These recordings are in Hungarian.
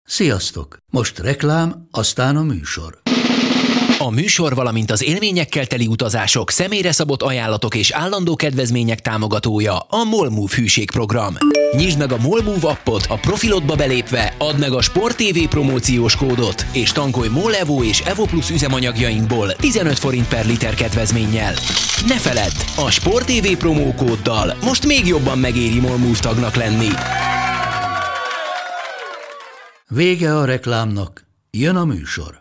Sziasztok! Most reklám, aztán a műsor. A műsor, valamint az élményekkel teli utazások, személyre szabott ajánlatok és állandó kedvezmények támogatója a MOL Move hűségprogram. Nyisd meg a MOL Move appot, a profilodba belépve, add meg a Sport TV promóciós kódot, és tankolj MOL Evo és Evo Plus üzemanyagjainkból 15 forint per liter kedvezménnyel. Ne feledd, a Sport TV promókóddal most még jobban megéri MOL Move tagnak lenni. Vége a reklámnak, jön a műsor.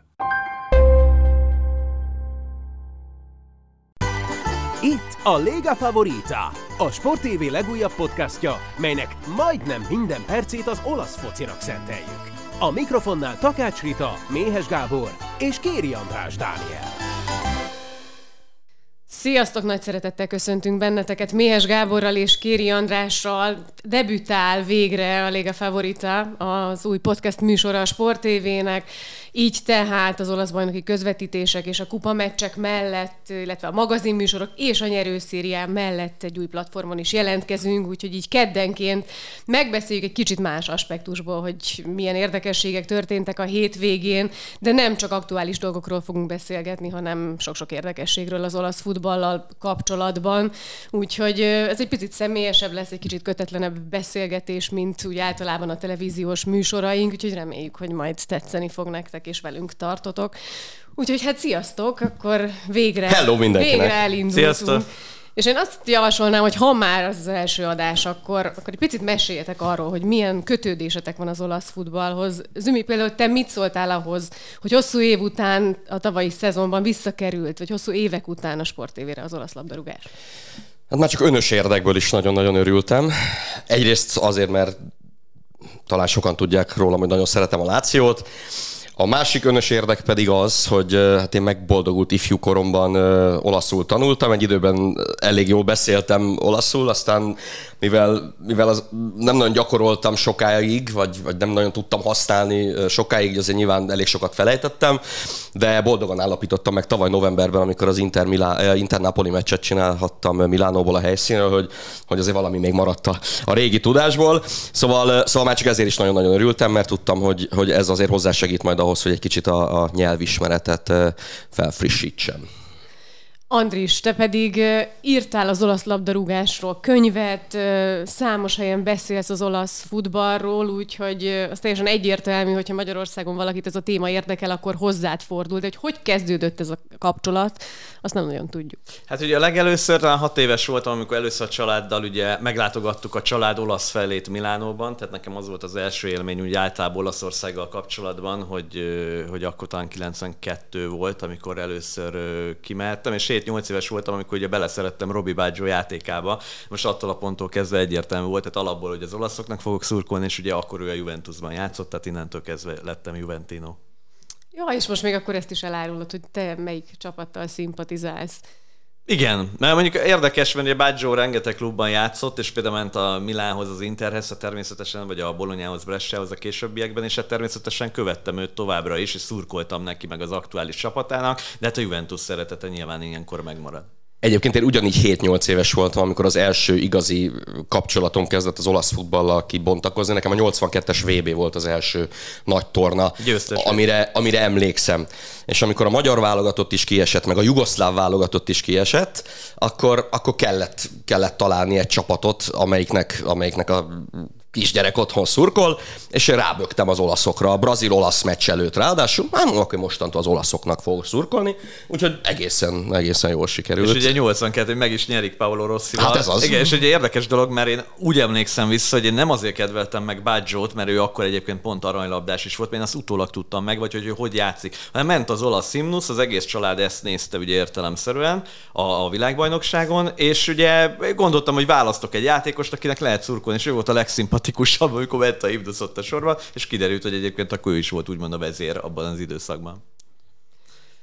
Itt a Lega Favorita, a Sport TV legújabb podcastja, melynek majdnem minden percét az olasz focinak szenteljük. A mikrofonnál Takács Rita, Méhes Gábor és Kéri András Dániel. Sziasztok! Nagy szeretettel köszöntünk benneteket Méhes Gáborral és Kéri Andrással. Debütál végre a Lega Favorita, az új podcast műsora a Sport TV-nek. Így tehát az olasz bajnoki közvetítések és a kupameccsek mellett, illetve a magazinműsorok és a nyerőszérián mellett egy új platformon is jelentkezünk, úgyhogy így keddenként megbeszéljük egy kicsit más aspektusból, hogy milyen érdekességek történtek a hétvégén, de nem csak aktuális dolgokról fogunk beszélgetni, hanem sok-sok érdekességről az olasz futballal kapcsolatban. Úgyhogy ez egy picit személyesebb lesz, egy kicsit kötetlenebb beszélgetés, mint úgy általában a televíziós műsoraink, úgyhogy reméljük, hogy majd tetszeni fog nektek és velünk tartotok. Úgyhogy hát sziasztok, akkor végre elindultunk. Sziasztok. És én azt javasolnám, hogy ha már az első adás, akkor egy picit meséljetek arról, hogy milyen kötődésetek van az olasz futballhoz. Zümi, például te mit szóltál ahhoz, hogy hosszú év után a tavalyi szezonban visszakerült, vagy hosszú évek után a Sport TV-re az olasz labdarúgás? Hát már csak önös érdekből is nagyon-nagyon örültem. Egyrészt azért, mert talán sokan tudják rólam, hogy nagyon szeretem a Lációt. A másik önös érdek pedig az, hogy hát én megboldogult ifjú koromban olaszul tanultam, egy időben elég jól beszéltem olaszul, aztán mivel nem nagyon gyakoroltam sokáig, vagy nem nagyon tudtam használni sokáig, azért nyilván elég sokat felejtettem, de boldogan állapítottam meg tavaly novemberben, amikor az Inter-Napoli meccset csinálhattam Milánóból a helyszínről, hogy azért valami még maradt a régi tudásból. Szóval már csak ezért is nagyon-nagyon örültem, mert tudtam, hogy ez azért hozzásegít majd ahhoz, hogy egy kicsit a nyelvismeretet felfrissítsem. Andris, te pedig írtál az olasz labdarúgásról könyvet, számos helyen beszélsz az olasz futballról, úgyhogy az teljesen egyértelmű, hogyha Magyarországon valakit ez a téma érdekel, akkor hozzád fordul. De hogy kezdődött ez a kapcsolat, azt nem nagyon tudjuk. Hát ugye legelőször, talán 6 éves voltam, amikor először a családdal ugye meglátogattuk a család olasz felét Milánóban, tehát nekem az volt az első élmény úgy általában Olaszországgal kapcsolatban, hogy akkor talán 92 volt, amikor először kimehettem, és 7-8 éves voltam, amikor ugye beleszerettem Robbie Baggio játékába. Most attól a ponttól kezdve egyértelmű volt, tehát alapból, hogy az olaszoknak fogok szurkolni, és ugye akkor ő a Juventusban játszott, tehát innentől kezdve lettem Juventino. Ja, és most még akkor ezt is elárulod, hogy te melyik csapattal szimpatizálsz. Igen, mert mondjuk érdekes, mert Baggio rengeteg klubban játszott, és például ment a Milánhoz, az Interhez, természetesen, vagy a Bolognához, Bresciához a későbbiekben, és hát természetesen követtem őt továbbra is, és szurkoltam neki meg az aktuális csapatának, de hát a Juventus szeretete nyilván ilyenkor megmarad. Egyébként én ugyanígy 7-8 éves voltam, amikor az első igazi kapcsolatom kezdett az olasz futballal kibontakozni. Nekem a 82-es VB volt az első nagy torna, amire emlékszem. És amikor a magyar válogatott is kiesett, meg a jugoszláv válogatott is kiesett, akkor kellett találni egy csapatot, amelyiknek a kisgyerek otthon szurkol, és én rábögtem az olaszokra, a brazil-olasz meccs előtt ráadásul, akkor mostantól az olaszoknak fogok szurkolni, úgyhogy egészen jól sikerült. És ugye 82, meg is nyerik Paolo Rossival. Hát ez az. Igen, és ugye érdekes dolog, mert én úgy emlékszem vissza, hogy én nem azért kedveltem meg Baggiót, mert ő akkor egyébként pont aranylabdás is volt, mert én azt utólag tudtam meg, vagy hogy játszik. Hanem ment az olasz himnusz, az egész család ezt nézte ugye értelemszerűen a világbajnokságon, és ugye gondoltam, hogy választok egy játékost, akinek lehet szurkolni, és ő volt a legszimpatikusabb, amikor vett a himnuszot a sorba, és kiderült, hogy egyébként akkor ő is volt úgymond a vezér abban az időszakban.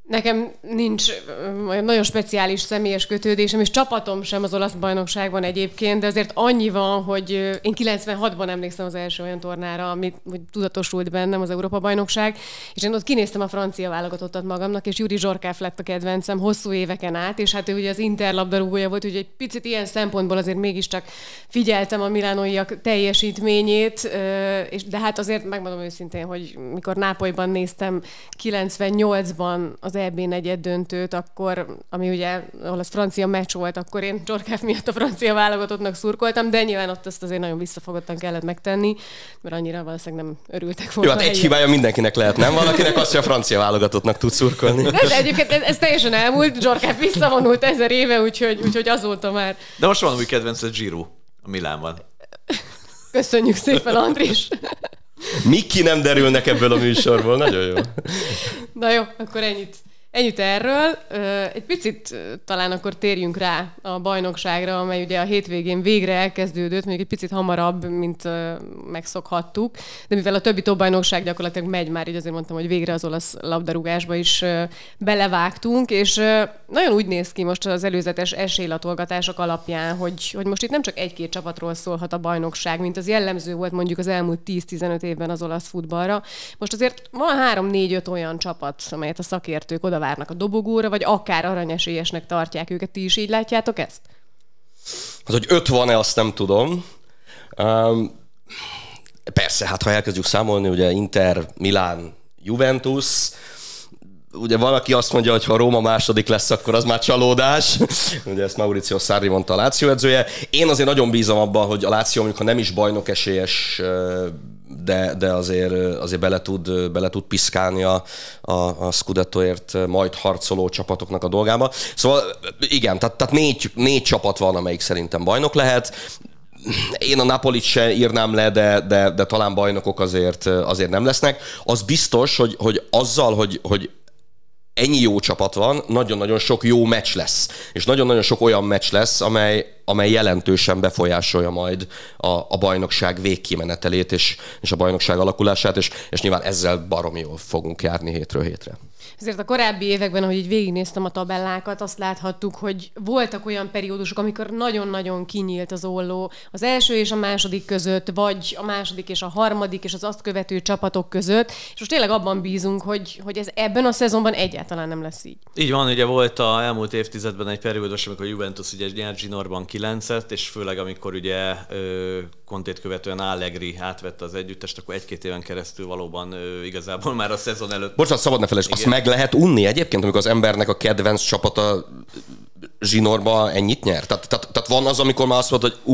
Nekem nincs olyan nagyon speciális személyes kötődésem, és csapatom sem az olasz bajnokságban egyébként, de azért annyi van, hogy én 96-ban emlékszem az első olyan tornára, amit tudatosult bennem az Európa-bajnokság, és én ott kinéztem a francia válogatottat magamnak, és Juri Zsorkáf lett a kedvencem hosszú éveken át, és hát ő ugye az Inter labdarúgója volt, úgyhogy egy picit ilyen szempontból azért mégiscsak figyeltem a milánóiak teljesítményét, de hát azért megmondom őszintén, hogy mikor Nápolyban néztem 98-ban az EB negyed döntőt, akkor, ami ugye, ahol az francia meccs volt, akkor én Zsorkáf miatt a francia válogatottnak szurkoltam, de nyilván ott azt azért nagyon visszafogottan kellett megtenni, mert annyira valószínűleg nem örültek volna. Jó, hát egy hibája mindenkinek lehet, nem? Valakinek azt, hogy a francia válogatottnak tud szurkolni. De egyébként ez teljesen elmúlt, Zsorkáf visszavonult 1000 éve, úgyhogy azóta már. De most van új kedvenc, a Giroud a Milánban. Köszönjük szépen, Andris! Miki nem derülnek ebből a műsorból, nagyon jó. Na jó, akkor ennyit erről. Egy picit talán akkor térjünk rá a bajnokságra, amely ugye a hétvégén végre elkezdődött, mondjuk egy picit hamarabb, mint megszokhattuk, de mivel a többi bajnokság gyakorlatilag megy már, így azért mondtam, hogy végre az olasz labdarúgásba is belevágtunk, és nagyon úgy néz ki most az előzetes esélylatolgatások alapján, hogy most itt nem csak egy-két csapatról szólhat a bajnokság, mint az jellemző volt mondjuk az elmúlt 10-15 évben az olasz futballra. Most azért van 3-4-5 olyan csapat, amelyet a szakértők oda várnak a dobogóra, vagy akár aranyesélyesnek tartják őket. Ti is így látjátok ezt? Az, hogy 5 van-e, azt nem tudom. Persze, hát ha elkezdjük számolni, ugye Inter, Milán, Juventus, ugye valaki azt mondja, hogy ha Róma második lesz, akkor az már csalódás. Ugye ezt Maurizio Sarri mondta, a Lazio edzője. Én azért nagyon bízom abban, hogy a Lazio, mondjuk, ha nem is bajnok esélyes, de azért bele tud piszkálni a Scudettoért majd harcoló csapatoknak a dolgába. Szóval igen, tehát négy csapat van, amelyik szerintem bajnok lehet. Én a Napolit se írnám le, de talán bajnokok azért nem lesznek. Az biztos, hogy azzal, hogy ennyi jó csapat van, nagyon-nagyon sok jó meccs lesz. És nagyon-nagyon sok olyan meccs lesz, amely jelentősen befolyásolja majd a bajnokság végkimenetelét és a bajnokság alakulását, és nyilván ezzel baromi jól fogunk járni hétről hétre. Ezért a korábbi években, ahogy így végignéztem a tabellákat, azt láthattuk, hogy voltak olyan periódusok, amikor nagyon-nagyon kinyílt az olló az első és a második között, vagy a második és a harmadik és az azt követő csapatok között, és most tényleg abban bízunk, hogy ez ebben a szezonban egyáltalán nem lesz így. Így van, ugye volt a elmúlt évtizedben egy periódus, amikor a Juventus ugye nyert Ginorban 9-et, és főleg amikor ugye Contét követően Allegri átvette az együttest, akkor 1-2 éven keresztül valóban igazából már a szezon előtt. Bocsánat, szabad ne felejtsd, azt meg lehet unni egyébként, amikor az embernek a kedvenc csapata Zsinórba ennyit nyer? Tehát van az, amikor már azt mondod, hogy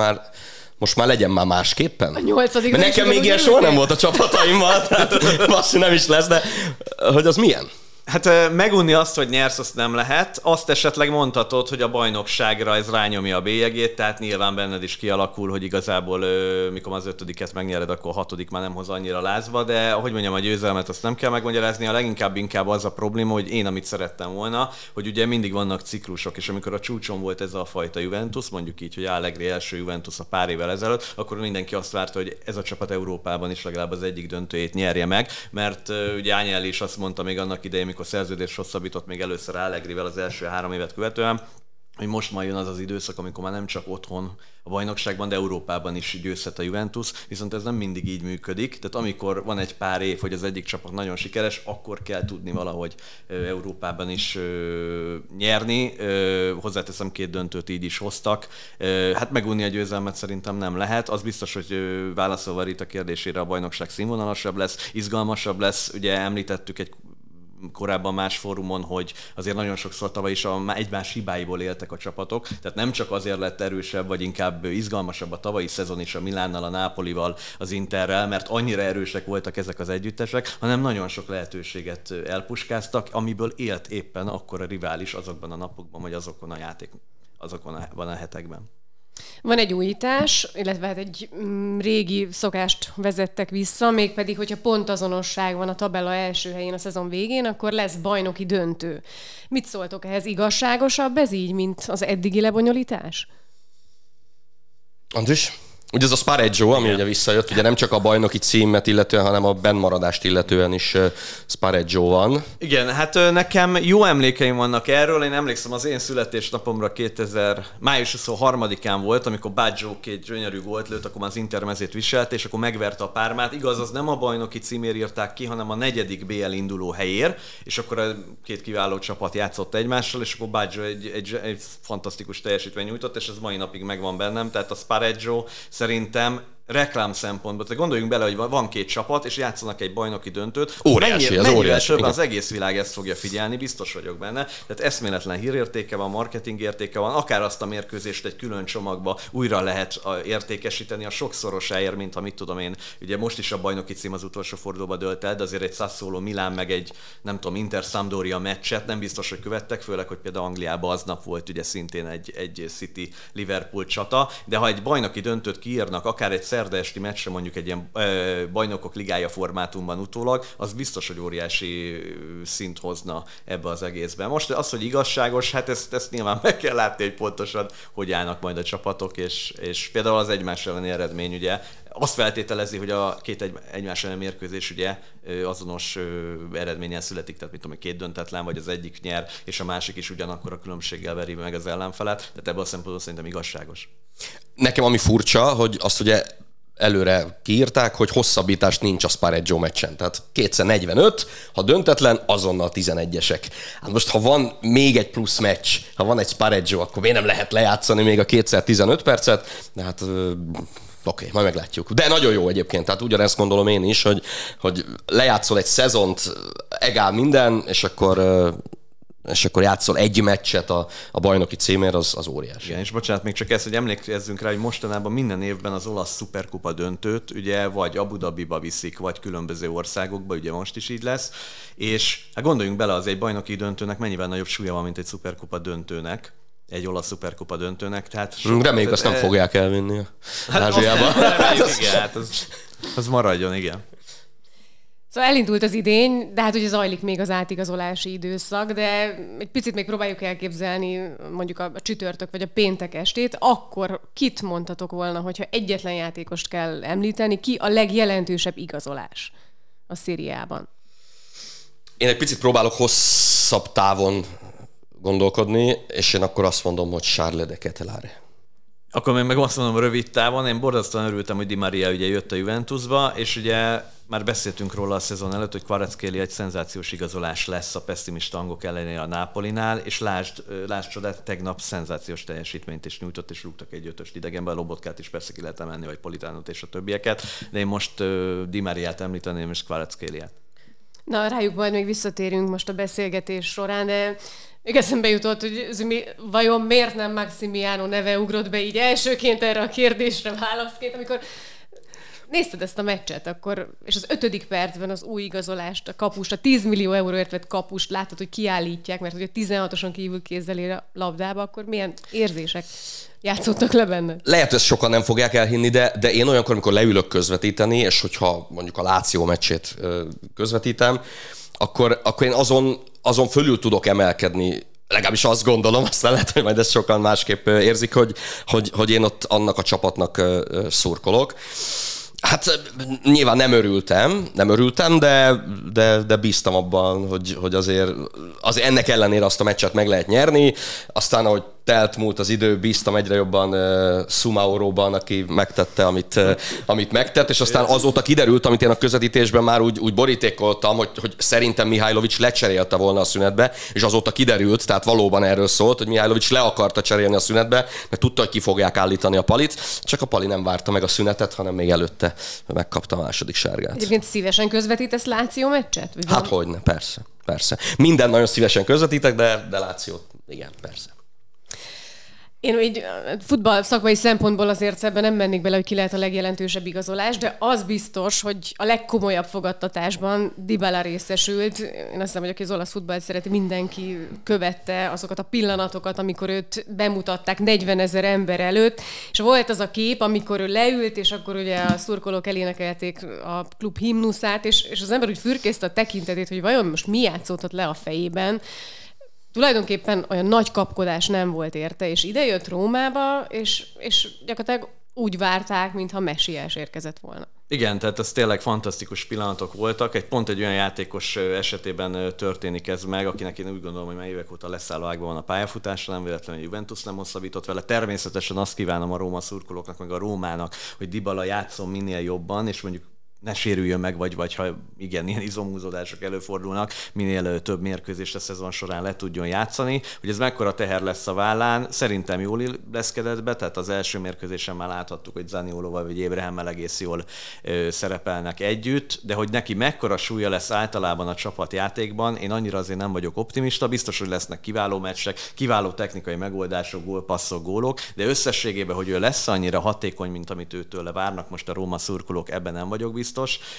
most már legyen már másképpen? A 8. Mert nekem még ilyen soha nem volt a csapataimmal, tehát azt nem is lesz, de hogy az milyen? Hát megunni azt, hogy nyersz, azt nem lehet. Azt esetleg mondhatod, hogy a bajnokságra ez rányomja a bélyegét, tehát nyilván benned is kialakul, hogy igazából mikor az 5-et megnyered, akkor a 6. már nem hoz annyira lázba, de ahogy mondjam, a győzelmet azt nem kell megmagyarázni, a leginkább az a probléma, hogy én amit szerettem volna, hogy ugye mindig vannak ciklusok, és amikor a csúcson volt ez a fajta Juventus, mondjuk így, hogy Allegri első Juventus a pár évvel ezelőtt, akkor mindenki azt várta, hogy ez a csapat Európában is legalább az egyik döntőjét nyerje meg, mert ugye Agnelli is azt mondta még annak idején, amikor szerződés hosszabbított még először Allegrivel az első 3 évet követően, hogy most már jön az az időszak, amikor már nem csak otthon a bajnokságban, de Európában is győzhet a Juventus, viszont ez nem mindig így működik, tehát amikor van egy pár év, hogy az egyik csapat nagyon sikeres, akkor kell tudni valahogy Európában is nyerni. Hozzáteszem, 2 döntőt így is hoztak. Hát megunni a győzelmet szerintem nem lehet. Az biztos, hogy válaszolva Rita kérdésére, a bajnokság színvonalasabb lesz, izgalmasabb lesz. Ugye említettük egy korábban más fórumon, hogy azért nagyon sokszor tavaly is egymás hibáiból éltek a csapatok, tehát nem csak azért lett erősebb, vagy inkább izgalmasabb a tavalyi szezon is a Milánnal, a Nápolival, az Interrel, mert annyira erősek voltak ezek az együttesek, hanem nagyon sok lehetőséget elpuskáztak, amiből élt éppen akkor a rivális azokban a napokban, vagy azokon a hetekben. Van egy újítás, illetve hát egy régi szokást vezettek vissza, mégpedig, hogyha pontazonosság van a tabella első helyén a szezon végén, akkor lesz bajnoki döntő. Mit szóltok ehhez? Igazságosabb ez így, mint az eddigi lebonyolítás? Andris? Ugye ez a Spareggio, ami ugye visszajött, ugye nem csak a bajnoki címet illetően, hanem a bennmaradást illetően is Spareggio van. Igen, hát nekem jó emlékeim vannak erről. Én emlékszem, az én születésnapomra május 23-án volt, amikor Baggio két gyönyörű gólt lőtt, akkor már az Inter mezét viselte, és akkor megverte a Parmát. Igaz, az nem a bajnoki címért írták ki, hanem a 4. BL induló helyér, és akkor a két kiváló csapat játszott egymással, és akkor Baggio egy fantasztikus teljesítmény nyújtott, és ez mai napig megvan bennem, tehát a Spareggio szerintem reklám szempontból. Tehát gondoljunk bele, hogy van két csapat, és játszanak egy bajnoki döntőt. Óriási, ez óriási. Többen az egész világ ezt fogja figyelni, biztos vagyok benne. Tehát eszméletlen hírértéke van, marketing értéke van, akár azt a mérkőzést egy külön csomagba újra lehet értékesíteni a sokszorosáért, mint ha mit tudom én. Ugye most is a bajnoki cím az utolsó fordulóba dölt el, de azért egy Sassuolo Milán meg egy, nem tudom, Inter Sampdoria meccset nem biztos, hogy követtek, főleg, hogy például Angliában aznap volt ugye szintén egy City Liverpool csata, de ha egy bajnoki döntőt kiírnak, akár egy szerda esti meccsre, mondjuk egy ilyen bajnokok ligája formátumban utólag, az biztos, hogy óriási szint hozna ebbe az egészben. Most az, hogy igazságos, hát ezt nyilván meg kell látni, hogy pontosan hogy állnak majd a csapatok, és például az egymás elleni eredmény ugye azt feltételezi, hogy a két egymás elleni mérkőzés ugye azonos eredménnyel születik, tehát mit tudom, két döntetlen, vagy az egyik nyer, és a másik is ugyanakkor a különbséggel veri meg az ellenfelet, tehát ebből a szempontból szerintem igazságos. Nekem ami furcsa, hogy azt ugye előre kiírták, hogy hosszabbítás nincs a Spareggio meccsen. Tehát 2x45, ha döntetlen, azonnal 11-esek. Hát most, ha van még egy plusz meccs, ha van egy Spareggio, akkor miért nem lehet lejátszani még a 2x15 percet? De hát oké, majd meglátjuk. De nagyon jó egyébként, tehát ugyanezt gondolom én is, hogy lejátszol egy szezont, egál minden, és akkor játszol egy meccset a bajnoki címért, az óriási. Igen, és bocsánat, még csak ezt, hogy emlékezzünk rá, hogy mostanában minden évben az olasz szuperkupa döntőt, ugye vagy Abu Dhabiba viszik, vagy különböző országokba, ugye most is így lesz, és hát gondoljunk bele, az egy bajnoki döntőnek mennyivel nagyobb súlya van, mint egy szuperkupa döntőnek, egy olasz szuperkupa döntőnek, tehát... Reméljük, azt nem fogják elvinni Ázsiába. Igen, hát az maradjon, igen. Szóval elindult az idény, de hát ugye zajlik még az átigazolási időszak, de egy picit még próbáljuk elképzelni mondjuk a csütörtök vagy a péntek estét, akkor kit mondhatok volna, hogyha egyetlen játékost kell említeni, ki a legjelentősebb igazolás a szériában? Én egy picit próbálok hosszabb távon gondolkodni, és én akkor azt mondom, hogy Charles de Ketelaere. Akkor még meg azt mondom rövid távon, én borzasztóan örültem, hogy Di Maria ugye jött a Juventusba, és ugye már beszéltünk róla a szezon előtt, hogy Kvaratskhelia egy szenzációs igazolás lesz a pessimista hangok ellenére a Napolinál, és lásd csodát, tegnap szenzációs teljesítményt is nyújtott, és rúgtak egy 5-öst idegenben, a Lobotkát is persze ki lehet emelni, vagy Politánot és a többieket, de én most Di Mariát említeném, és Kvaratskheliát. Na, rájuk majd még visszatérünk most a beszélgetés során, de még eszembe jutott, hogy vajon miért nem Maximiano neve ugrott be így elsőként erre a kérdésre válaszként, amikor nézted ezt a meccset, akkor, és az 5. percben az új igazolást, a kapust, a 10 millió euróért vett kapust láttad, hogy kiállítják, mert hogy a 16-oson kívül kézzel ér a labdába, akkor milyen érzések játszottak le benne? Lehet, hogy ezt sokan nem fogják elhinni, de én olyankor, amikor leülök közvetíteni, és hogyha mondjuk a Láció meccsét közvetítem, akkor én azon fölül tudok emelkedni, legalábbis azt gondolom, aztán lehet, hogy majd ezt sokan másképp érzik, hogy én ott annak a csapatnak szurkolok. Hát nyilván nem örültem, de bíztam abban, hogy azért ennek ellenére azt a meccset meg lehet nyerni. Aztán, ahogy múlt az idő, bíztam egyre jobban Sumauróban, aki megtette, amit megtett, és aztán azóta kiderült, amit én a közvetítésben már úgy borítékoltam, hogy szerintem Mihajlović lecserélte volna a szünetbe, és azóta kiderült, tehát valóban erről szólt, hogy Mihajlović le akarta cserélni a szünetbe, mert tudta, hogy ki fogják állítani a Palit, csak a Pali nem várta meg a szünetet, hanem még előtte megkapta a második sárgát. Egyébként szívesen közvetítesz Láció meccset? Hát hogyne, persze. Minden nagyon szívesen közvetítek, de Lációt, igen, persze. Én így futball szakmai szempontból azért ebben nem mennék bele, hogy ki lehet a legjelentősebb igazolás, de az biztos, hogy a legkomolyabb fogadtatásban Dybala részesült. Én azt hiszem, hogy aki az olasz futballt szereti, mindenki követte azokat a pillanatokat, amikor őt bemutatták 40 000 ember előtt, és volt az a kép, amikor ő leült, és akkor ugye a szurkolók elénekelték a klub himnuszát, és az ember úgy fürkészte a tekintetét, hogy vajon most mi játszódhat le a fejében. Tulajdonképpen olyan nagy kapkodás nem volt érte, és idejött Rómába, és gyakorlatilag úgy várták, mintha messiás érkezett volna. Igen, tehát ez tényleg fantasztikus pillanatok voltak. Pont egy olyan játékos esetében történik ez meg, akinek én úgy gondolom, hogy már évek óta leszálló ágban van a pályafutásra, nem véletlenül Juventus nem hosszabbított vele. Természetesen azt kívánom a Róma szurkolóknak, meg a Rómának, hogy Dybala játszon minél jobban, és mondjuk ne sérüljön meg, vagy ha igen, ilyen izomhúzódások előfordulnak, minél több mérkőzést a szezon során le tudjon játszani. Hogy ez mekkora teher lesz a vállán, szerintem jól illeszkedett be, tehát az első mérkőzésen már láthattuk, hogy Zaniolóval vagy Ébrahemmel egész jól szerepelnek együtt, de hogy neki mekkora súlya lesz általában a csapatjátékban, én annyira azért nem vagyok optimista, biztos, hogy lesznek kiváló meccsek, kiváló technikai megoldások, gólpasszok, gólok, de összességében, hogy ő lesz annyira hatékony, mint amit őtől várnak most a Róma szurkolók, ebben nem vagyok biztos.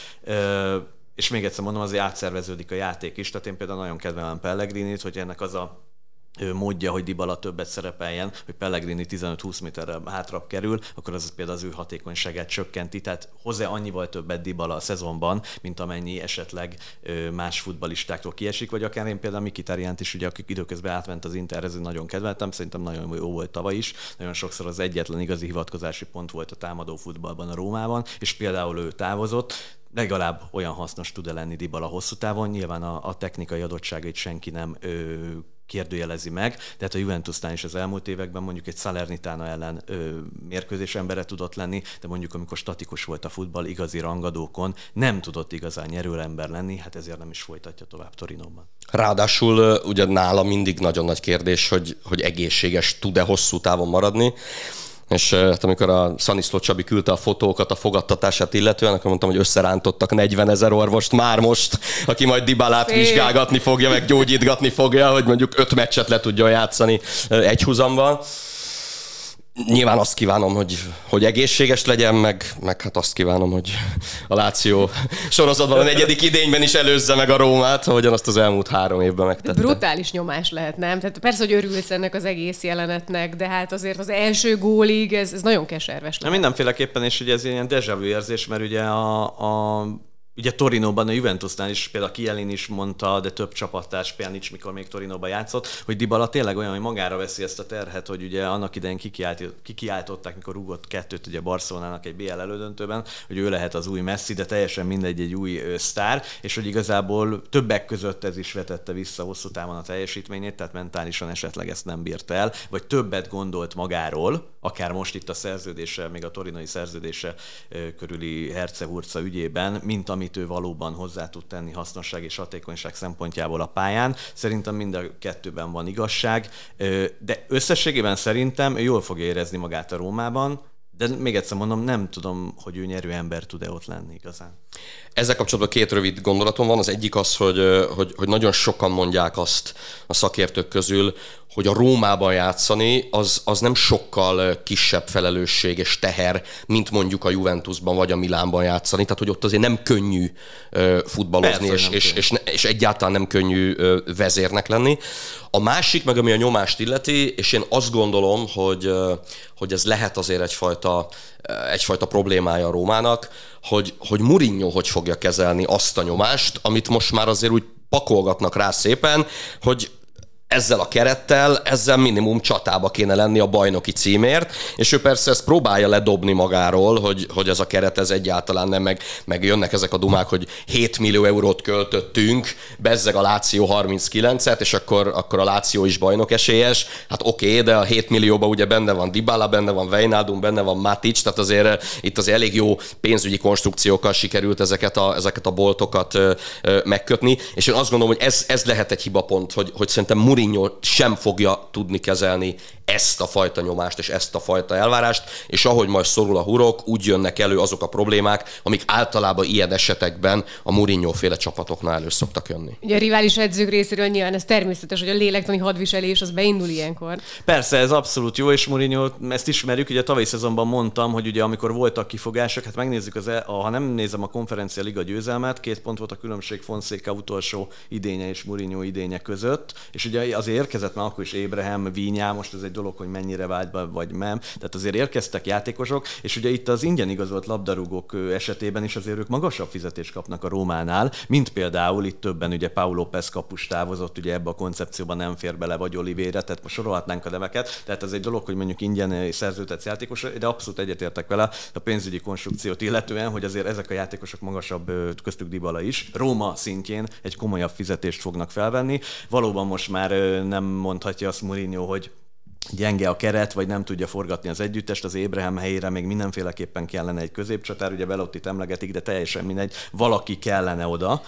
És még egyszer mondom, azért átszerveződik a játék is, tehát én például nagyon kedvelem Pellegrinit, hogy ennek az a módja, hogy Dybala többet szerepeljen, hogy Pellegrini 15-20 méterrel hátrább kerül, akkor az például az ő hatékonyságát csökkenti, tehát hozzá annyival többet Dybala a szezonban, mint amennyi esetleg más futballistáktól kiesik, vagy akár én például Mkhitarjánt is, ugye, akik időközben átment az Interhez, nagyon kedveltem, szerintem nagyon jó volt tavaly is, nagyon sokszor az egyetlen igazi hivatkozási pont volt a támadó futballban a Rómában, és például ő távozott, legalább olyan hasznos tud lenni Dybala hosszú távon, nyilván a technikai adottságait senki nem kérdőjelezi meg, tehát a Juventusnál is az elmúlt években mondjuk egy Salernitana ellen mérkőzés embere tudott lenni, de mondjuk amikor statikus volt a futball, igazi rangadókon nem tudott igazán nyerőember lenni, hát ezért nem is folytatja tovább Torinóban. Ráadásul ugye nála mindig nagyon nagy kérdés, hogy egészséges tud-e hosszú távon maradni. És hát amikor a Szaniszló Csabi küldte a fotókat a fogadtatását illetően, akkor mondtam, hogy összerántottak 40 000 orvost már most, aki majd Dybalát vizsgálgatni fogja, meg gyógyítgatni fogja, hogy mondjuk 5 meccset le tudjon játszani egyhuzamban. Nyilván azt kívánom, hogy egészséges legyen, meg hát azt kívánom, hogy a Láció sorozatban a 4. idényben is előzze meg a Rómát, ahogyan azt az elmúlt 3 évben megtette. Brutális nyomás lehet, nem? Tehát persze, hogy örülsz ennek az egész jelenetnek, de hát azért az első gólig ez nagyon keserves lehet. Mindenféleképpen, és ugye ez ilyen déjà vu érzés, mert ugye ugye Torinóban, a Juventusnál is például Chiellini is mondta, de több csapattárs, Pjanic, mikor még Torinóban játszott, hogy Dybala tényleg olyan, hogy magára veszi ezt a terhet, hogy ugye annak idején kikiáltották, mikor rúgott 2-t ugye Barcelonának egy BL elődöntőben, hogy ő lehet az új Messi, de teljesen mindegy, egy új sztár, és hogy igazából többek között ez is vetette vissza hosszú távon a teljesítményét, tehát mentálisan esetleg ezt nem bírta el, vagy többet gondolt magáról, akár most itt a szerződése, még a torinói szerződése körüli herce-hurca ügyében, mint amit ő valóban hozzá tud tenni hasznosság és hatékonyság szempontjából a pályán. Szerintem mind a kettőben van igazság, de összességében szerintem ő jól fogja érezni magát a Rómában, de még egyszer mondom, nem tudom, hogy ő nyerő ember tud-e ott lenni igazán. Ezzel kapcsolatban 2 rövid gondolatom van. Az egyik az, hogy nagyon sokan mondják azt a szakértők közül, hogy a Rómában játszani az nem sokkal kisebb felelősség és teher, mint mondjuk a Juventusban vagy a Milánban játszani. Tehát, hogy ott azért nem könnyű futballozni, és egyáltalán nem könnyű vezérnek lenni. A másik, meg ami a nyomást illeti, és én azt gondolom, hogy ez lehet azért egyfajta problémája a Rómának, hogy Mourinho hogy fogja kezelni azt a nyomást, amit most már azért úgy pakolgatnak rá szépen, hogy ezzel a kerettel, ezzel minimum csatába kéne lenni a bajnoki címért, és ő persze ezt próbálja ledobni magáról, hogy ez a keret ez egyáltalán nem, meg jönnek ezek a dumák, hogy 7 millió eurót költöttünk, bezzeg a Láció 39-et, és akkor a Láció is bajnok esélyes. Hát oké, de a 7 millióban ugye benne van Dybala, benne van Wijnaldum, benne van Matic, tehát azért itt azért elég jó pénzügyi konstrukciókkal sikerült ezeket a boltokat megkötni, és én azt gondolom, hogy ez lehet egy hibapont, hogy szerintem Mourinho sem fogja tudni kezelni ezt a fajta nyomást és ezt a fajta elvárást, és ahogy majd szorul a hurok, úgy jönnek elő azok a problémák, amik általában ilyen esetekben a Mourinho-féle csapatoknál elő szoktak jönni. Ugye a rivális edzők részéről nyilván ez természetes, hogy a lélektani hadviselés az beindul ilyenkor. Persze, ez abszolút jó, és Mourinho, ezt ismerjük, ugye a tavalyi szezonban mondtam, hogy ugye amikor voltak kifogások, hát megnézzük, ha nem nézem a Konferencia Liga győzelmet, 2 pont volt a különbség Fonseca utolsó idénye és Mourinho idénye között, és ugye ugye azért érkezett már akkor is Abraham, Vinyá, most ez egy dolog, hogy mennyire vált be, vagy nem. Tehát azért érkeztek játékosok, és ugye itt az ingyen igazolt labdarúgók esetében is azért ők magasabb fizetést kapnak a Rómánál, mint például itt többen, ugye Pau López kapus távozott, ugye ebbe a koncepcióban nem fér bele, vagy Oliveira, tehát most sorolhatnánk a neveket. Tehát ez egy dolog, hogy mondjuk ingyen szerződtetsz játékosra, de abszolút egyetértek vele a pénzügyi konstrukciót illetően, hogy azért ezek a játékosok magasabb, köztük Dybala is, Róma szintjén egy komolyabb fizetést fognak felvenni. Valóban most már nem mondhatja azt Mourinho, hogy gyenge a keret, vagy nem tudja forgatni az együttest, az Abraham helyére még mindenféleképpen kellene egy középcsatár, ugye Belottit emlegetik, de teljesen mindegy, valaki kellene oda.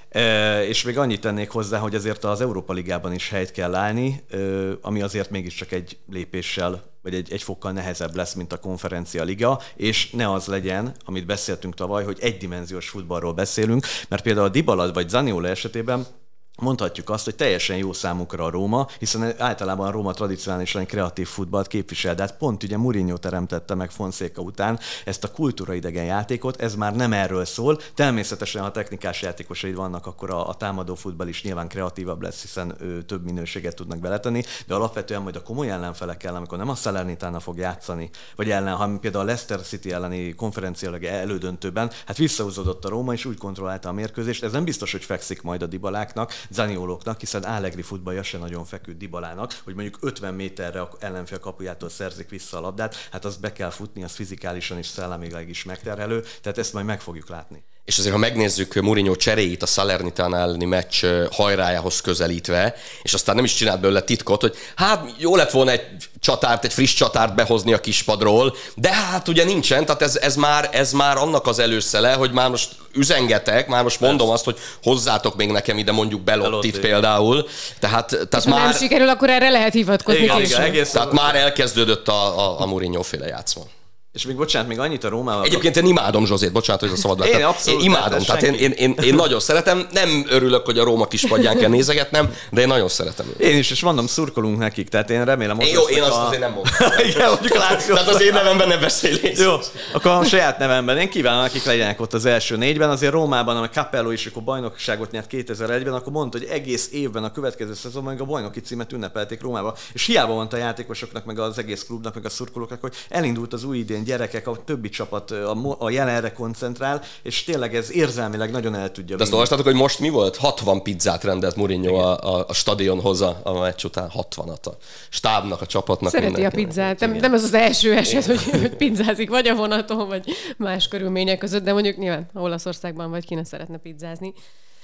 És még annyit tennék hozzá, hogy azért az Európa Ligában is helyt kell állni, ami azért mégiscsak egy lépéssel, vagy egy fokkal nehezebb lesz, mint a Konferencia Liga, és ne az legyen, amit beszéltünk tavaly, hogy egydimenziós futballról beszélünk, mert például a Dybala vagy Zaniolo esetében mondhatjuk azt, hogy teljesen jó számukra a Róma, hiszen általában a Róma tradicionálisan kreatív futballt képvisel, de hát pont ugye Mourinho teremtette meg Fonseca után ezt a kultúraidegen játékot, ez már nem erről szól. Természetesen, ha technikás játékosaid vannak, akkor a támadó futball is nyilván kreatívabb lesz, hiszen több minőséget tudnak beletenni, de alapvetően majd a komoly ellenfelekkel, amikor nem a Salernitana fog játszani, vagy ha például a Leicester City elleni konferenciálag elődöntőben, hát visszahúzódott a Róma, és úgy kontrollálta a mérkőzést. Ez nem biztos, hogy fekszik majd a Dybaláknak, Zaniolóknak, hiszen állegri futballja se nagyon feküdt Dybalának, hogy mondjuk 50 méterre ellenfél kapujától szerzik vissza a labdát, hát azt be kell futni, az fizikálisan és szellemileg is megterhelő, tehát ezt majd meg fogjuk látni. És azért, ha megnézzük Mourinho cseréit a Salernitana elleni meccs hajrájához közelítve, és aztán nem is csinált belőle titkot, hogy hát jó lett volna egy friss csatárt behozni a kispadról, de hát ugye nincsen, tehát ez már annak az előszele, hogy már most üzengetek, már most mondom azt, hogy hozzátok még nekem ide mondjuk Belottit például. Tehát már... nem sikerül, akkor erre lehet hivatkozni később. Tehát már elkezdődött a Mourinho féle játszma. És még bocsánat, még annyit a Rómával... Egyébként én imádom Zsozét, bocsánat, hogy a szabad láttam. Én imádom, tehát én nagyon szeretem, nem örülök, hogy a Róma kispadján kell nézegetnem, de én nagyon szeretem őt. Én is, és mondom, szurkolunk nekik, tehát én remélem... Én azt azért nem mondom. Igen, mondjuk látszott. Tehát az én nevemben ne beszélés. Jó, akkor a saját nevemben. Én kívánom, akik legyenek ott az első négyben. Azért Rómában, amikor Capello is, akkor bajnokságot nyert 2001-ben, akkor mondta, hogy egész évben a következő szezonban a bajnoki címet ünnepelték Rómába. És hiába mondta a játékosoknak, meg az egész klubnak, meg a szurkolóknak, hogy elindult az új idén, gyerekek, a többi csapat a jelenre koncentrál, és tényleg ez érzelmileg nagyon el tudja. De azt olvastátok, hogy most mi volt? 60 pizzát rendelt Mourinho a stadionhoz a meccs után, 60-at a stábnak, a csapatnak. Szereti a pizzát. Nem ez az első eset, hogy pizzázik, vagy a vonaton, vagy más körülmények között, de mondjuk nyilván Olaszországban vagy ki ne szeretne pizzázni.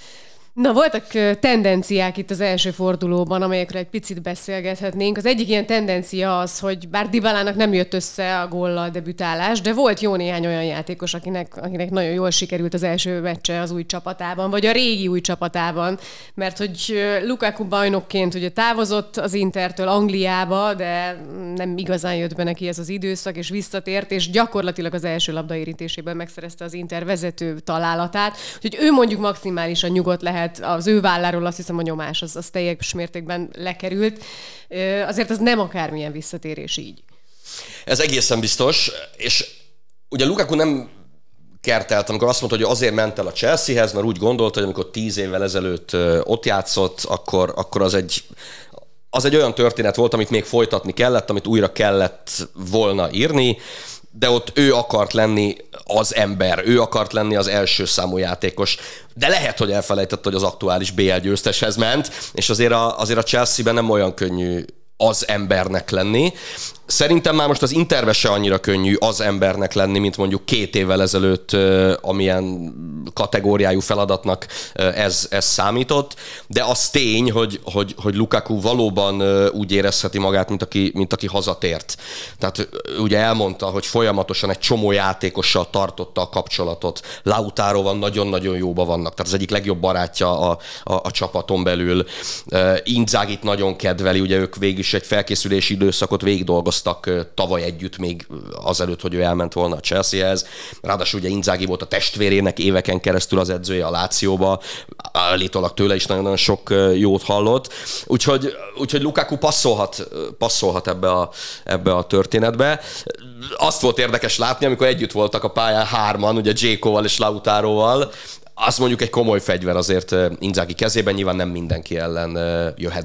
Na, voltak tendenciák itt az első fordulóban, amelyekről egy picit beszélgethetnénk. Az egyik ilyen tendencia az, hogy bár Dybalának nem jött össze a góllal debütálás, de volt jó néhány olyan játékos, akinek nagyon jól sikerült az első meccse az új csapatában, vagy a régi új csapatában, mert hogy Lukaku bajnokként ugye távozott az Intertől Angliába, de nem igazán jött be neki ez az időszak, és visszatért, és gyakorlatilag az első labdaérintésében megszerezte az Inter vezető találatát, hogy ő mondjuk maximálisan nyugodt lehet, az ő válláról azt hiszem a nyomás az teljes mértékben lekerült. Azért az nem akármilyen visszatérés így. Ez egészen biztos, és ugye Lukaku nem kertelt, amikor azt mondta, hogy azért ment el a Chelseahez, mert úgy gondolta, hogy amikor 10 évvel ezelőtt ott játszott, akkor az egy olyan történet volt, amit még folytatni kellett, amit újra kellett volna írni, de ott ő akart lenni az ember, ő akart lenni az első számú játékos. De lehet, hogy elfelejtett, hogy az aktuális BL győzteshez ment, és azért a Chelsea-ben nem olyan könnyű az embernek lenni. Szerintem már most az Interbe se annyira könnyű az embernek lenni, mint mondjuk 2 évvel ezelőtt, amilyen kategóriájú feladatnak ez számított, de az tény, hogy Lukaku valóban úgy érezheti magát, mint aki hazatért. Tehát ugye elmondta, hogy folyamatosan egy csomó játékossal tartotta a kapcsolatot. Lautáróval nagyon-nagyon jóban vannak, tehát az egyik legjobb barátja a csapaton belül. Inzagit nagyon kedveli, ugye ők végig is egy felkészülési időszakot végigdolgoztak tavaly együtt, még azelőtt, hogy ő elment volna a Chelseahez. Ráadásul ugye Inzaghi volt a testvérének éveken keresztül az edzője a Lációba, állítólag tőle is nagyon-nagyon sok jót hallott. Úgyhogy Lukaku passzolhat ebbe a történetbe. Azt volt érdekes látni, amikor együtt voltak a pályán 3-an, ugye Dzsékóval és Lautáróval. Az mondjuk egy komoly fegyver azért Inzaghi kezében, nyilván nem mindenki ellen jöhet be.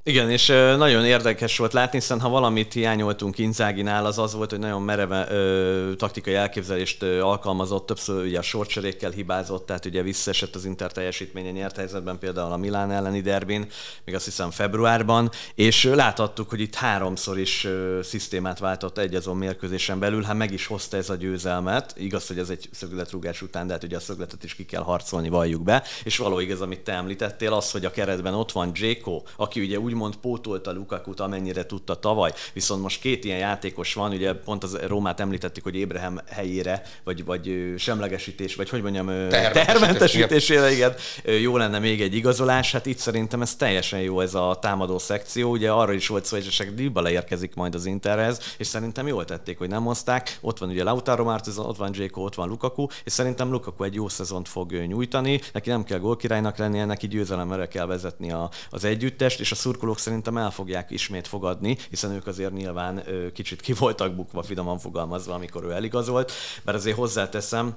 Igen, és nagyon érdekes volt látni, hiszen ha valamit hiányoltunk Inzaghinál, az volt, hogy nagyon mereve taktikai elképzelést alkalmazott, többször ugye a sorcserékkel hibázott, tehát ugye visszaesett az Inter teljesítménye nyert helyzetben, például a Milán elleni derbin, még azt hiszem februárban, és láthattuk, hogy itt 3-szor is szisztémát váltott egy azon mérkőzésen belül, hát meg is hozta ez a győzelmet, igaz, hogy ez egy szögletrúgás után, de hát ugye a szögletet is ki kell harcolni, valljuk be, és való igaz, amit te említettél, az, hogy a keretben ott van Dzeko, aki ugye úgymond pótolta Lukakut, amennyire tudta tavaly, viszont most két ilyen játékos van, ugye pont az Rómát említettük, hogy Ébrahim helyére, vagy semlegesítés, vagy hogy mondjam, tehermentesítésére, igen, jó lenne még egy igazolás, hát itt szerintem ez teljesen jó ez a támadó szekció, ugye arra is volt szó, hogy esetleg Dybala érkezik majd az Interhez, és szerintem jól tették, hogy nem hozták, ott van ugye Lautaro Martinez, ott van Dzeko, ott van Lukaku, és szerintem Lukaku egy jó szezont fog nyújtani, neki nem kell gólkirálynak lennie, neki győzelemre kell vezetni az együttest, és a szurkolók szerintem el fogják ismét fogadni, hiszen ők azért nyilván kicsit ki voltak bukva, finoman fogalmazva, amikor ő eligazolt, bár azért hozzáteszem,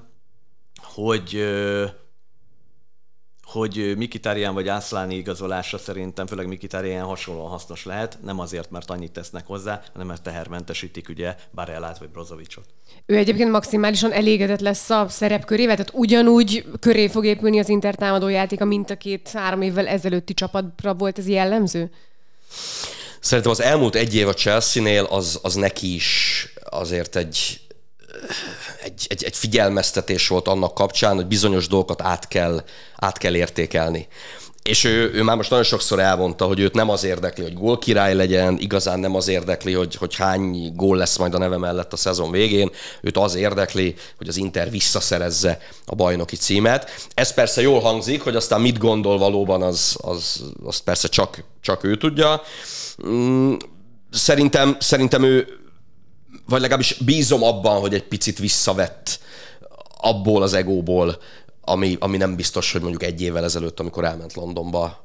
hogy Mkhitaryan vagy Asllani igazolása szerintem, főleg Mkhitaryan hasonlóan hasznos lehet, nem azért, mert annyit tesznek hozzá, hanem mert tehermentesítik ugye Barellát vagy Brozovicot. Ő egyébként maximálisan elégedett lesz a szerepkörével, tehát ugyanúgy köré fog épülni az Inter támadójátéka, mint a 2-3 évvel ezelőtti csapatra volt ez jellemző? Szerintem az elmúlt egy év a Chelsea-nél az neki is azért egy figyelmeztetés volt annak kapcsán, hogy bizonyos dolgokat át kell értékelni. És ő már most nagyon sokszor elmondta, hogy őt nem az érdekli, hogy gólkirály legyen, igazán nem az érdekli, hogy hány gól lesz majd a neve mellett a szezon végén, őt az érdekli, hogy az Inter visszaszerezze a bajnoki címet. Ez persze jól hangzik, hogy aztán mit gondol valóban, az persze csak ő tudja. Szerintem ő, vagy legalábbis bízom abban, hogy egy picit visszavett abból az egóból, ami nem biztos, hogy mondjuk egy évvel ezelőtt, amikor elment Londonba,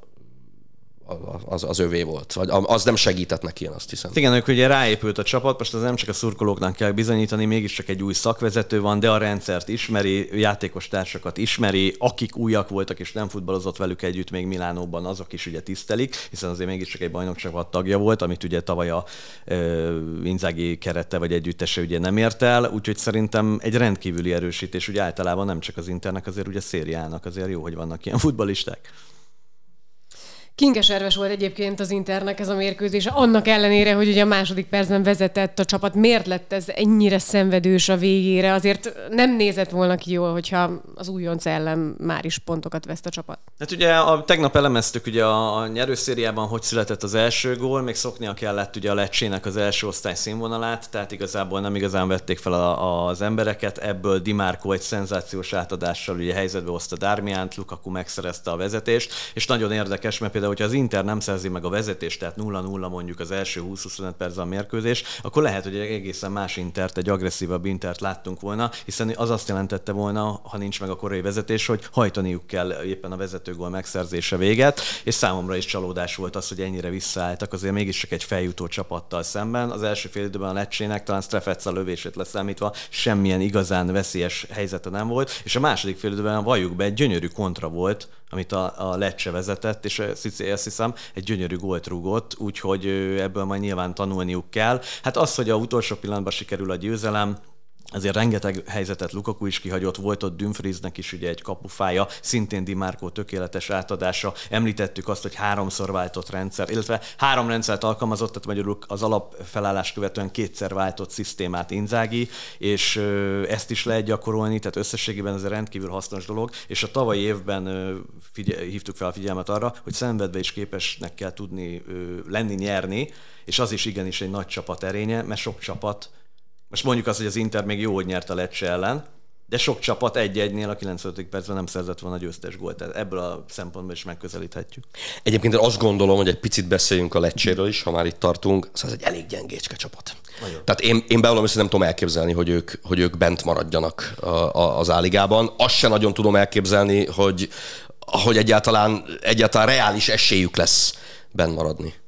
az övé volt. Vagy az nem segített neki, én azt hiszem. Igen, ők ugye ráépült a csapat, most az nem csak a szurkolóknak kell bizonyítani, mégiscsak egy új szakvezető van, de a rendszert ismeri, játékos társakat ismeri, akik újak voltak és nem futballozott velük együtt még Milánóban, azok is ugye tisztelik, hiszen azért mégiscsak egy bajnokcsapat tagja volt, amit ugye tavaly a Inzaghi kerete vagy együttese ugye nem ért el, úgyhogy szerintem egy rendkívüli erősítés, ugye általában nem csak az Internek, azért ugye szériának azért jó, hogy vannak ilyen futballisták. Kinkeserves volt egyébként az Internek ez a mérkőzés, annak ellenére, hogy ugye a második percben vezetett a csapat. Miért lett ez ennyire szenvedős a végére? Azért nem nézett volna ki jól, hogyha az újonc ellen már is pontokat veszt a csapat. Hát ugye tegnap elemeztük ugye a nyerőszériában, hogy született az első gól, még szoknia kellett ugye a Lecce-nek az első osztály színvonalát, tehát igazából nem igazán vették fel az embereket, ebből Di Marco egy szenzációs átadással ugye helyzetbe hozta Darmiant, Lukaku megszerezte a vezetést, és nagyon érdekes, mert például hogyha az Inter nem szerzi meg a vezetést, tehát 0-0 mondjuk az első 20-25 percben a mérkőzés, akkor lehet, hogy egészen más Intert, egy agresszívabb Intert láttunk volna, hiszen az azt jelentette volna, ha nincs meg a korai vezetés, hogy hajtaniuk kell éppen a vezetőgól megszerzése véget, és számomra is csalódás volt az, hogy ennyire visszaálltak, azért mégiscsak egy feljutó csapattal szemben. Az első fél időben a Lecce-nek talán Strefezza lövését leszámítva semmilyen igazán veszélyes helyzete nem volt, és a második fél időben valljuk be, egy gyönyörű kontra volt, amit a Lecce vezetett, és azt hiszem, egy gyönyörű gólt rúgott, úgyhogy ebből majd nyilván tanulniuk kell. Hát az, hogy a utolsó pillanatban sikerül a győzelem, azért rengeteg helyzetet Lukaku is kihagyott, volt ott Dumfriesnek is ugye egy kapufája, szintén Di Marco tökéletes átadása. Említettük azt, hogy 3-szor váltott rendszer, illetve 3 rendszert alkalmazott, tehát magyarul az alapfelállás követően 2-szer váltott szisztémát Inzaghi, és ezt is lehet gyakorolni, tehát összességében ez egy rendkívül hasznos dolog, és a tavalyi évben hívtuk fel a figyelmet arra, hogy szenvedve is képesnek kell tudni lenni, nyerni, és az is igenis egy nagy csapat erénye, mert sok csapat, most mondjuk azt, hogy az Inter még jó, hogy nyert a Lecce ellen, de sok csapat 1-1-nél a 95. percben nem szerzett volna győztes gólt. Tehát ebből a szempontból is megközelíthetjük. Egyébként én azt gondolom, hogy egy picit beszéljünk a Lecce-ről is, ha már itt tartunk. Szóval ez egy elég gyengécske csapat. Nagyon. Tehát én bevallom, hogy nem tudom elképzelni, hogy ők bent maradjanak az A-ligában. Azt sem nagyon tudom elképzelni, hogy egyáltalán reális esélyük lesz bent maradni.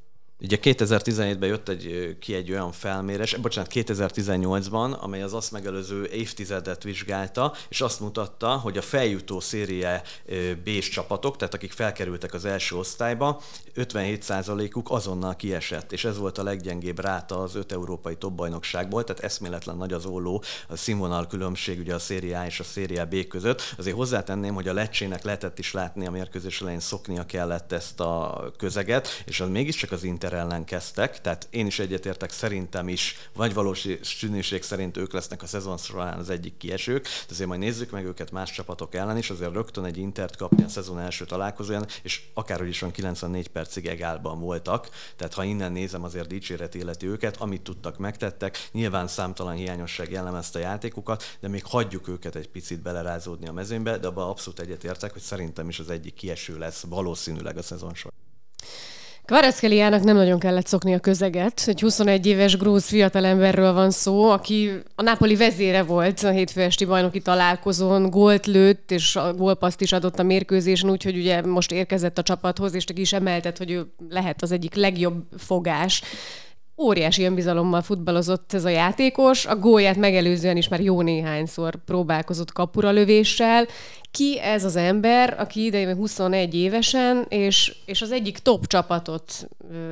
Ugye 2017-ben jött ki egy olyan felmérés, 2018-ban, amely az azt megelőző évtizedet vizsgálta, és azt mutatta, hogy a feljutó Serie B-s csapatok, tehát akik felkerültek az első osztályba, 57%-uk azonnal kiesett, és ez volt a leggyengébb ráta az 5 európai topbajnokságból, tehát eszméletlen nagy az olló, a színvonal különbség ugye a Serie A és a Serie B között. Azért hozzátenném, hogy a Lecce-nek lehetett is látni a mérkőzés elején, szoknia kellett ezt a közeget, és az mégiscsak az Inter ellen kezdtek, tehát én is egyetértek, szerintem is, vagy valószínűség szerint ők lesznek a szezon során az egyik kiesők, de azért majd nézzük meg őket más csapatok ellen is, azért rögtön egy Intert kapni a szezon első találkozóján, és akárhogy is van 94 percig egálban voltak, tehát ha innen nézem, azért dicséret illeti őket, amit tudtak, megtettek, nyilván számtalan hiányosság jellemezte a játékukat, de még hagyjuk őket egy picit belerázódni a mezőnybe, de abban abszolút egyetértek, hogy szerintem is az egyik kieső lesz valószínűleg a szezon során. Kvaratskheliának nem nagyon kellett szokni a közeget. Egy 21 éves grúz fiatalemberről van szó, aki a Napoli vezére volt a hétfő esti bajnoki találkozón, gólt lőtt, és a gólpaszt is adott a mérkőzésen, úgyhogy ugye most érkezett a csapathoz, és te is emelted, hogy ő lehet az egyik legjobb fogás. Óriási önbizalommal futballozott ez a játékos, a gólját megelőzően is már jó néhányszor próbálkozott kapuralövéssel. Ki ez az ember, aki idején 21 évesen, és az egyik top csapatot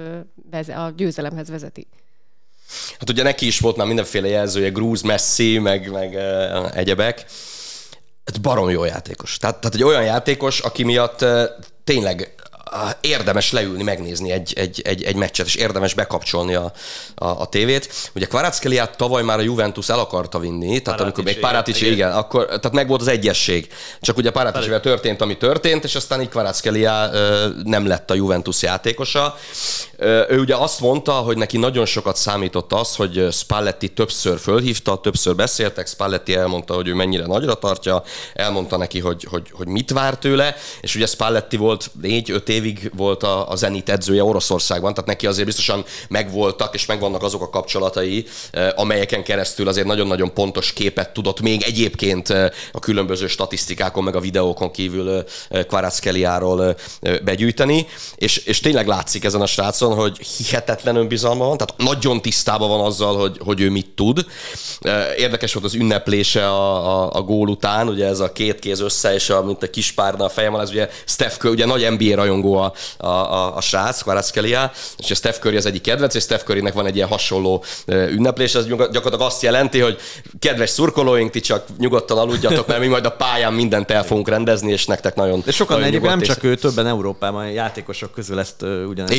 a győzelemhez vezeti? Hát ugye neki is volt már mindenféle jelzője, grúz, Messi, meg egyebek. Ez barom jó játékos. Tehát egy olyan játékos, aki miatt tényleg érdemes leülni, megnézni egy meccset, és érdemes bekapcsolni a tévét. Ugye Kvaratskhelia tavaly már a Juventus el akarta vinni, tehát amikor még Paratici, igen, akkor, tehát meg volt az egyesség. Csak ugye Paraticivel történt, ami történt, és aztán így Kvaratskhelia nem lett a Juventus játékosa. Ő ugye azt mondta, hogy neki nagyon sokat számított az, hogy Spalletti többször fölhívta, többször beszéltek, Spalletti elmondta, hogy ő mennyire nagyra tartja, elmondta neki, hogy mit vár tőle, és ugye Spalletti volt 4-5 évig volt a Zenit edzője Oroszországban, tehát neki azért biztosan megvoltak és megvannak azok a kapcsolatai, amelyeken keresztül azért nagyon-nagyon pontos képet tudott még egyébként a különböző statisztikákon meg a videókon kívül Kvaratskhelia-ról begyűjteni, és tényleg látszik ezen a srácon, hogy hihetetlen önbizalma van, tehát nagyon tisztában van azzal, hogy ő mit tud. Érdekes volt az ünneplése a gól után, ugye ez a két kéz össze, és mint a kis párna a fejem alá, ez ugye Steph Curry, ugye nagy NBA rajongó a srác, Kvaratskhelia, és a Steph Curry az egyik kedvenc, és Steph Currynek van egy ilyen hasonló ünneplés, ez gyakorlatilag azt jelenti, hogy kedves szurkolóink, ti csak nyugodtan aludjatok, mert mi majd a pályán mindent el fogunk rendezni, és nektek nagyon. És sokan egyébként nem csak ő, többen Európában játékosok közül ezt ugyanezt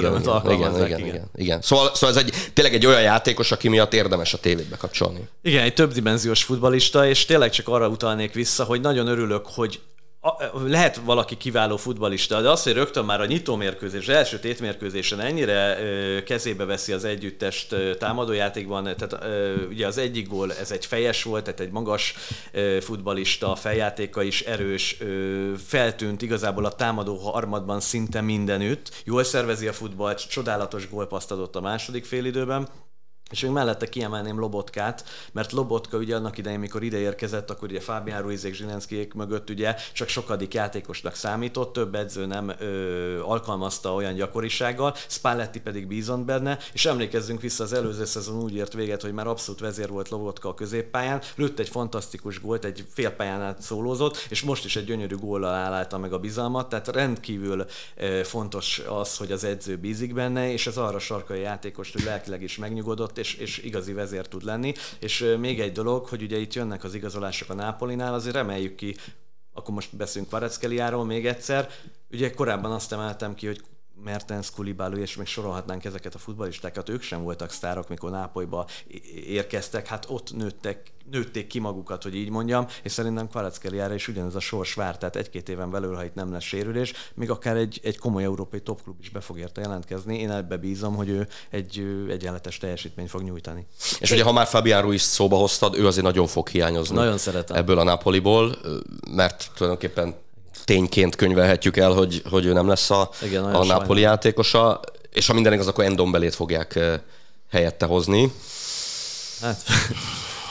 igen. Szóval ez tényleg egy olyan játékos, aki miatt érdemes a tévét bekapcsolni. Igen, egy többdimenziós futballista, és tényleg csak arra utalnék vissza, hogy nagyon örülök, hogy lehet valaki kiváló futballista, de azt, hogy rögtön már a nyitómérkőzés, az első tétmérkőzésen ennyire kezébe veszi az együttest támadójátékban, tehát ugye az egyik gól, ez egy fejes volt, tehát egy magas futballista, feljátéka is erős, feltűnt igazából a támadó harmadban szinte mindenütt, jól szervezi a futballt, csodálatos gólpaszt adott a második félidőben. És még mellette kiemelném Lobotkát, mert Lobotka ugye annak idején, mikor ide érkezett, akkor ugye Fabián Ruizék, Zsilenszkijék mögött ugye csak sokadik játékosnak számított, több edző nem alkalmazta olyan gyakorisággal, Spalletti pedig bízott benne, és emlékezzünk vissza, az előző szezon úgy ért véget, hogy már abszolút vezér volt Lobotka a középpályán, lőtt egy fantasztikus gólt, egy félpályán át szólózott, és most is egy gyönyörű góllal állálta meg a bizalmat, tehát rendkívül fontos az, hogy az edző bízik benne, és ez arra sarkalja a játékost, hogy lelkileg is megnyugodott, és igazi vezér tud lenni. És még egy dolog, hogy ugye itt jönnek az igazolások a Nápolinál, azért reméljük ki, akkor most beszélünk Kvaratskhelia-ról még egyszer. Ugye korábban azt emeltem ki, hogy Mertens, Koulibaly, és még sorolhatnánk ezeket a futballistákat, ők sem voltak sztárok, mikor Nápolyba érkeztek, hát ott nőtték ki magukat, hogy így mondjam, és szerintem Kvaratskhelia-ra is ugyanez a sors vár, tehát 1-2 éven belül, ha itt nem lesz sérülés, még akár egy komoly európai topklub is be fog érte jelentkezni. Én ebbe bízom, hogy ő egy egyenletes teljesítményt fog nyújtani. És ugye, ha már Fabián Ruiz szóba hoztad, ő azért nagyon fog hiányozni. Nagyon szeretem. Ebből a Napoliból, mert tulajdonképpen tényként könyvelhetjük el, hogy ő nem lesz a Napoli játékosa, és ha minden igaz, akkor Ndombelét fogják helyette hozni. Hát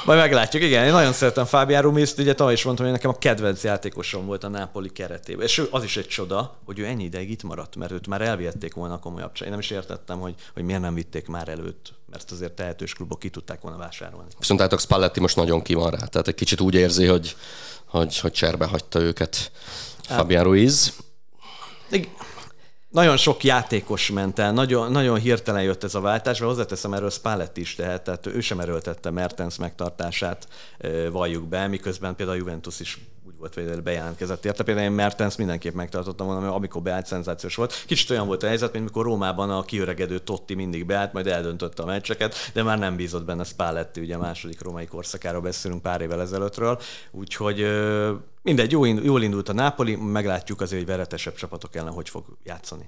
Majd meglátjuk, igen. Én nagyon szeretem Fabián Ruizt, ugye tavaly is mondtam, hogy nekem a kedvenc játékosom volt a Napoli keretében. És az is egy csoda, hogy ő ennyi ideig itt maradt, mert őt már elvihették volna a komolyabb. Én nem is értettem, hogy miért nem vitték már előtt, mert azért tehetős klubok ki tudták volna vásárolni. Viszont látok, Spalletti most nagyon ki van rá, tehát egy kicsit úgy érzi, hogy cserbe hagyta őket Fabián Ruiz. Nagyon sok játékos ment el, nagyon hirtelen jött ez a váltás, mert hozzáteszem, erről Spalletti is tehet, tehát ő sem erőltette Mertens megtartását, valljuk be, miközben például a Juventus is úgy volt, hogy bejelentkezett érte. Például én Mertens mindenképp megtartottam volna, mert amikor beállt, szenzációs volt. Kicsit olyan volt a helyzet, mint mikor Rómában a kiöregedő Totti mindig beállt, majd eldöntötte a meccseket, de már nem bízott benne Spalletti, ugye a második római korszakáról beszélünk pár évvel ezelőttről. Úgyhogy mindegy, jól indult a Napoli, meglátjuk azért, hogy veretesebb csapatok ellen hogy fog játszani.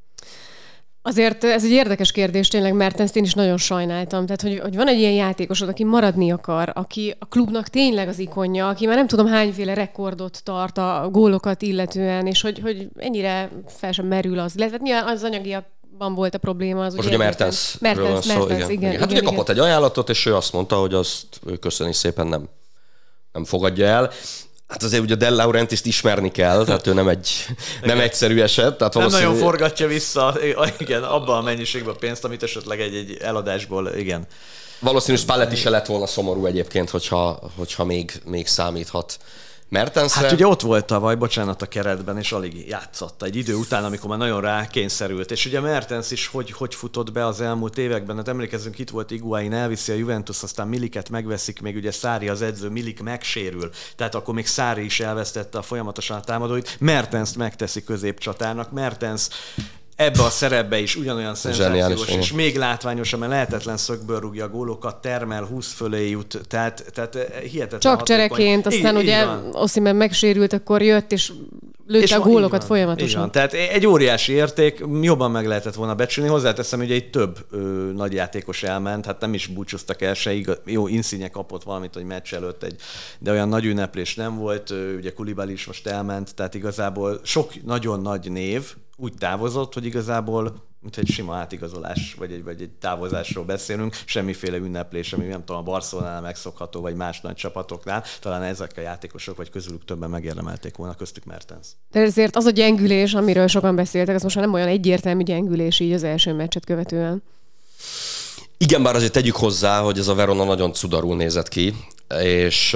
Azért ez egy érdekes kérdés, tényleg Mertenst én is nagyon sajnáltam. Tehát, hogy van egy ilyen játékosod, aki maradni akar, aki a klubnak tényleg az ikonja, aki már nem tudom hányféle rekordot tart a gólokat illetően, és hogy ennyire fel sem merül az. Illetve az anyagiakban volt a probléma. Az most ugye Mertens, igen. Hát ugye kapott egy ajánlatot, és ő azt mondta, hogy azt ő köszöni szépen nem fogadja el. Hát azért ugye De Laurentiist ismerni kell, tehát ő nem egyszerű eset. Tehát nem nagyon forgatja vissza igen, abban a mennyiségben a pénzt, amit esetleg egy eladásból, igen. Valószínű Spalletti se lett volna szomorú egyébként, hogyha még számíthat Mertensre. Hát ugye ott volt tavaly, bocsánat, a keretben, és alig játszotta egy idő után, amikor már nagyon rá kényszerült. És ugye Mertens is hogy futott be az elmúlt években. Hát emlékezzünk, itt volt Higuain, elviszi a Juventus, aztán Miliket megveszik, még ugye Sarri az edző, Milik megsérül. Tehát akkor még Sarri is elvesztette folyamatosan a támadóit. Mertenst megteszi középcsatárnak. Mertens ebbe a szerepbe is ugyanolyan szenzációs, és még látványosan, mert lehetetlen szögből rúgja a gólokat, termel, 20 fölé jut, tehát hihetetlen csak csereként, aztán ugye Osimhen megsérült, akkor jött, és lőtte a gólokat folyamatosan. Így van. Tehát egy óriási érték, jobban meg lehetett volna becsülni. Hozzáteszem, ugye itt több nagy játékos elment, hát nem is búcsúztak el se, jó, Insigne kapott valamit, hogy meccs előtt de olyan nagy ünneplés nem volt, ugye Koulibaly is most elment, tehát igazából sok nagyon nagy név úgy távozott, hogy igazából mint egy sima átigazolás, vagy egy távozásról beszélünk, semmiféle ünneplés, ami nem tudom, a Barcelonánál megszokható, vagy más nagy csapatoknál, talán ezek a játékosok, vagy közülük többen megérdemelték volna, köztük Mertens. De ezért az a gyengülés, amiről sokan beszéltek, az most már nem olyan egyértelmű gyengülés így az első meccset követően. Igen, bár azért tegyük hozzá, hogy ez a Verona nagyon cudarul nézett ki, és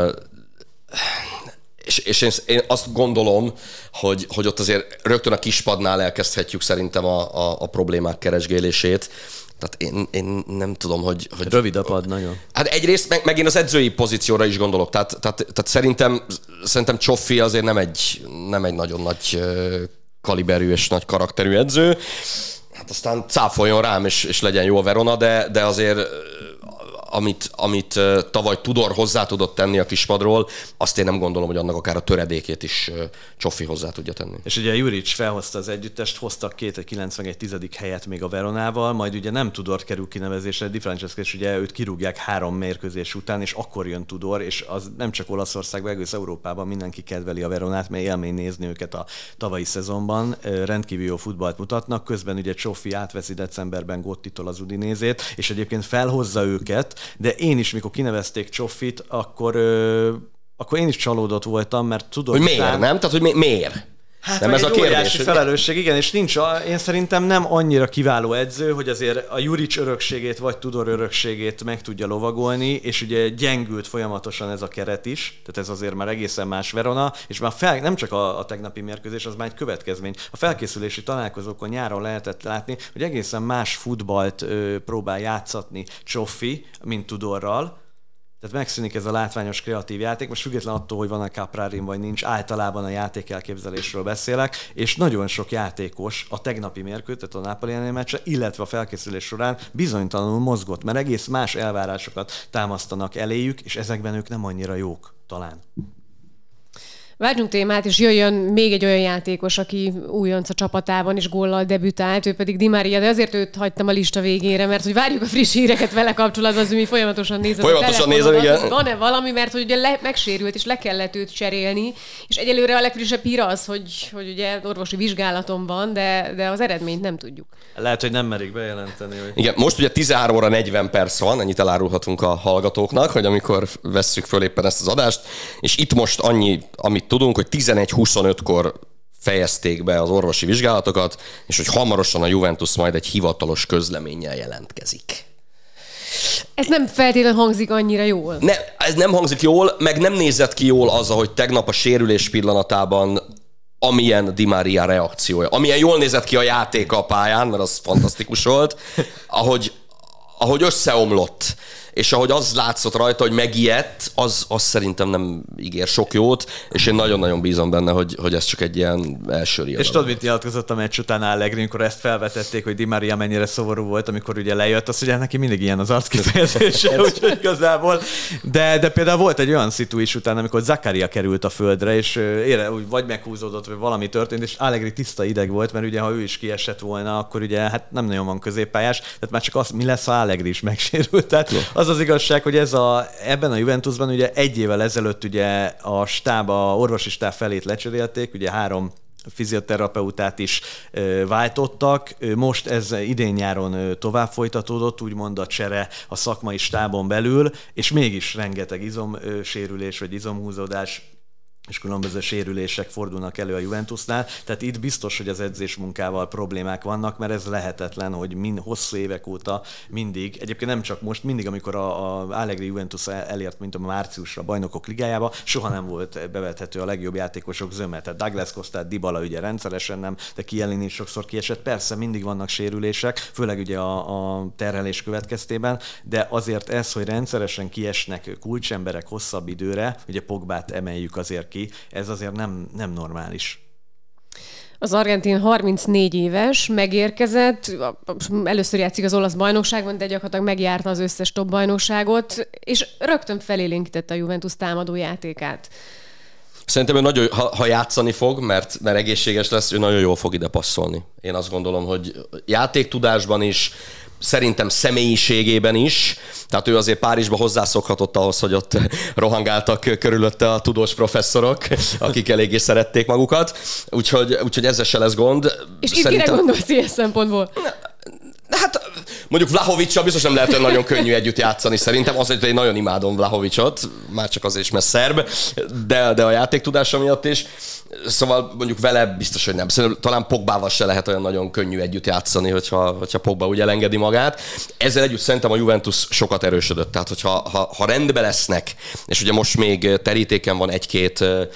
én azt gondolom, hogy ott azért rögtön a kispadnál elkezdhetjük szerintem a problémák keresgélését. Tehát én nem tudom, hogy... Rövid a pad, nagyon. Hát egyrészt meg én az edzői pozícióra is gondolok. Tehát szerintem Csoffi azért nem egy nagyon nagy kaliberű és nagy karakterű edző. Hát aztán cáfoljon rám, és legyen jó a Verona, de azért... Amit tavaly Tudor hozzá tudott tenni a kispadról, azt én nem gondolom, hogy annak akár a töredékét is Csoffi hozzá tudja tenni. És ugye Juric felhozta az együttest, hoztak 91. helyet még a Veronával, majd ugye nem Tudor kerül kinevezésre, Di Francesco, és ugye őt kirúgják 3 mérkőzés után, és akkor jön Tudor, és az nem csak Olaszországban, egész Európában mindenki kedveli a Veronát, mert élmény nézni őket a tavalyi szezonban, rendkívül jó futballt mutatnak, közben ugye Csoffi átveszi decemberben Gottitól az Udinését, és egyébként felhozza őket, de én is, mikor kinevezték Csoffit, akkor én is csalódott voltam, mert tudod... Hogy miért, nem? Tehát, hogy miért? Hát nem ez a kérdés. Felelősség, igen, és én szerintem nem annyira kiváló edző, hogy azért a Juric örökségét vagy Tudor örökségét meg tudja lovagolni, és ugye gyengült folyamatosan ez a keret is, tehát ez azért már egészen más Verona, és már nem csak a tegnapi mérkőzés, az már egy következmény. A felkészülési találkozókon nyáron lehetett látni, hogy egészen más futballt próbál játszatni Csoffi, mint Tudorral. Tehát megszűnik ez a látványos kreatív játék, most független attól, hogy van a Caprarin vagy nincs, általában a játék elképzelésről beszélek, és nagyon sok játékos a tegnapi mérkőzés, tehát a Napoli elleni meccse, illetve a felkészülés során bizonytalanul mozgott, mert egész más elvárásokat támasztanak eléjük, és ezekben ők nem annyira jók talán. Váltsunk témát, és jöjjön még egy olyan játékos, aki újonc a csapatában és góllal debütált, ő pedig Di Maria, de azért őt hagytam a lista végére, mert hogy várjuk a friss híreket vele kapcsolatban, az mi folyamatosan nézem a telefonodat, van-e valami, mert hogy ugye megsérült, és le kellett őt cserélni, és egyelőre a legfrissebb hír az, hogy ugye orvosi vizsgálaton van, de az eredményt nem tudjuk. Lehet, hogy nem merik bejelenteni. Hogy... Igen, most ugye 13 óra 40 perc van, ennyit elárulhatunk a hallgatóknak, hogy amikor vesszük föl éppen ezt az adást, és itt most annyi, amit tudunk, hogy 11:25-kor fejezték be az orvosi vizsgálatokat, és hogy hamarosan a Juventus majd egy hivatalos közleménnyel jelentkezik. Ez nem feltétlenül hangzik annyira jól. Ez nem hangzik jól, meg nem nézett ki jól az, ahogy tegnap a sérülés pillanatában amilyen Di Maria reakciója, amilyen jól nézett ki a játéka a pályán, mert az fantasztikus volt, ahogy összeomlott, és ahogy az látszott rajta, hogy megijedt, az szerintem nem ígér sok jót, és én nagyon-nagyon bízom benne, hogy ez csak egy ilyen első riadalom. És tudod, mit nyilatkozott a meccs után Allegri, amikor ezt felvetették, hogy Di Maria mennyire szomorú volt, amikor ugye lejött, az ugye neki mindig ilyen az arckifejezése, úgyhogy igazából. De például volt egy olyan szitu is utána, amikor Zakaria került a földre, és úgy vagy meghúzódott, vagy valami történt, és Allegri tiszta ideg volt, mert ugye ha ő is kiesett volna, akkor ugye hát nem nagyon van középpályás, tehát már csak az, mi lesz, ha Allegri is megsérült. Tehát az igazság, hogy ebben a Juventusban ugye egy évvel ezelőtt ugye a orvosi stáb felét lecserélték, ugye 3 fizioterapeutát is váltottak. Most ez idén-nyáron tovább folytatódott, úgymond a csere a szakmai stábon belül, és mégis rengeteg izomsérülés vagy izomhúzódás és különböző sérülések fordulnak elő a Juventusnál, tehát itt biztos, hogy az edzésmunkával problémák vannak, mert ez lehetetlen, hogy hosszú évek óta mindig, egyébként nem csak most, mindig, amikor a Allegri Juventus elért, mint a márciusra a Bajnokok Ligájába, soha nem volt bevethető a legjobb játékosok zöme. Tehát Douglas Costa, Dybala ugye rendszeresen nem, de Chiellini is sokszor kiesett. Persze mindig vannak sérülések, főleg ugye a terhelés következtében, de azért ez, hogy rendszeresen kiesnek kulcsemberek hosszabb időre, ugye Pogbát emeljük azért ki, ez azért nem normális. Az argentin 34 éves, megérkezett, először játszik az olasz bajnokságban, de gyakorlatilag megjárta az összes top bajnokságot, és rögtön felélénkítette a Juventus támadó játékát. Szerintem ő nagyon, ha játszani fog, mert egészséges lesz, ő nagyon jól fog ide passzolni. Én azt gondolom, hogy játéktudásban is, szerintem személyiségében is, tehát ő azért Párizsba hozzászokhatott ahhoz, hogy ott rohangáltak körülötte a tudós professzorok, akik eléggé szerették magukat, úgyhogy ezzel se lesz gond. És itt mire gondolsz ilyen szempontból? Hát mondjuk Vlahovic-sal biztos nem lehet nagyon könnyű együtt játszani szerintem, azért én nagyon imádom Vlahovicot, már csak azért is, mert szerb, de a játéktudása miatt is. Szóval mondjuk vele biztos, hogy nem. Szerintem talán Pogbával se lehet olyan nagyon könnyű együtt játszani, hogyha Pogba úgy elengedi magát. Ezzel együtt szerintem a Juventus sokat erősödött. Tehát, hogyha rendbe lesznek, és ugye most még terítéken van 1-2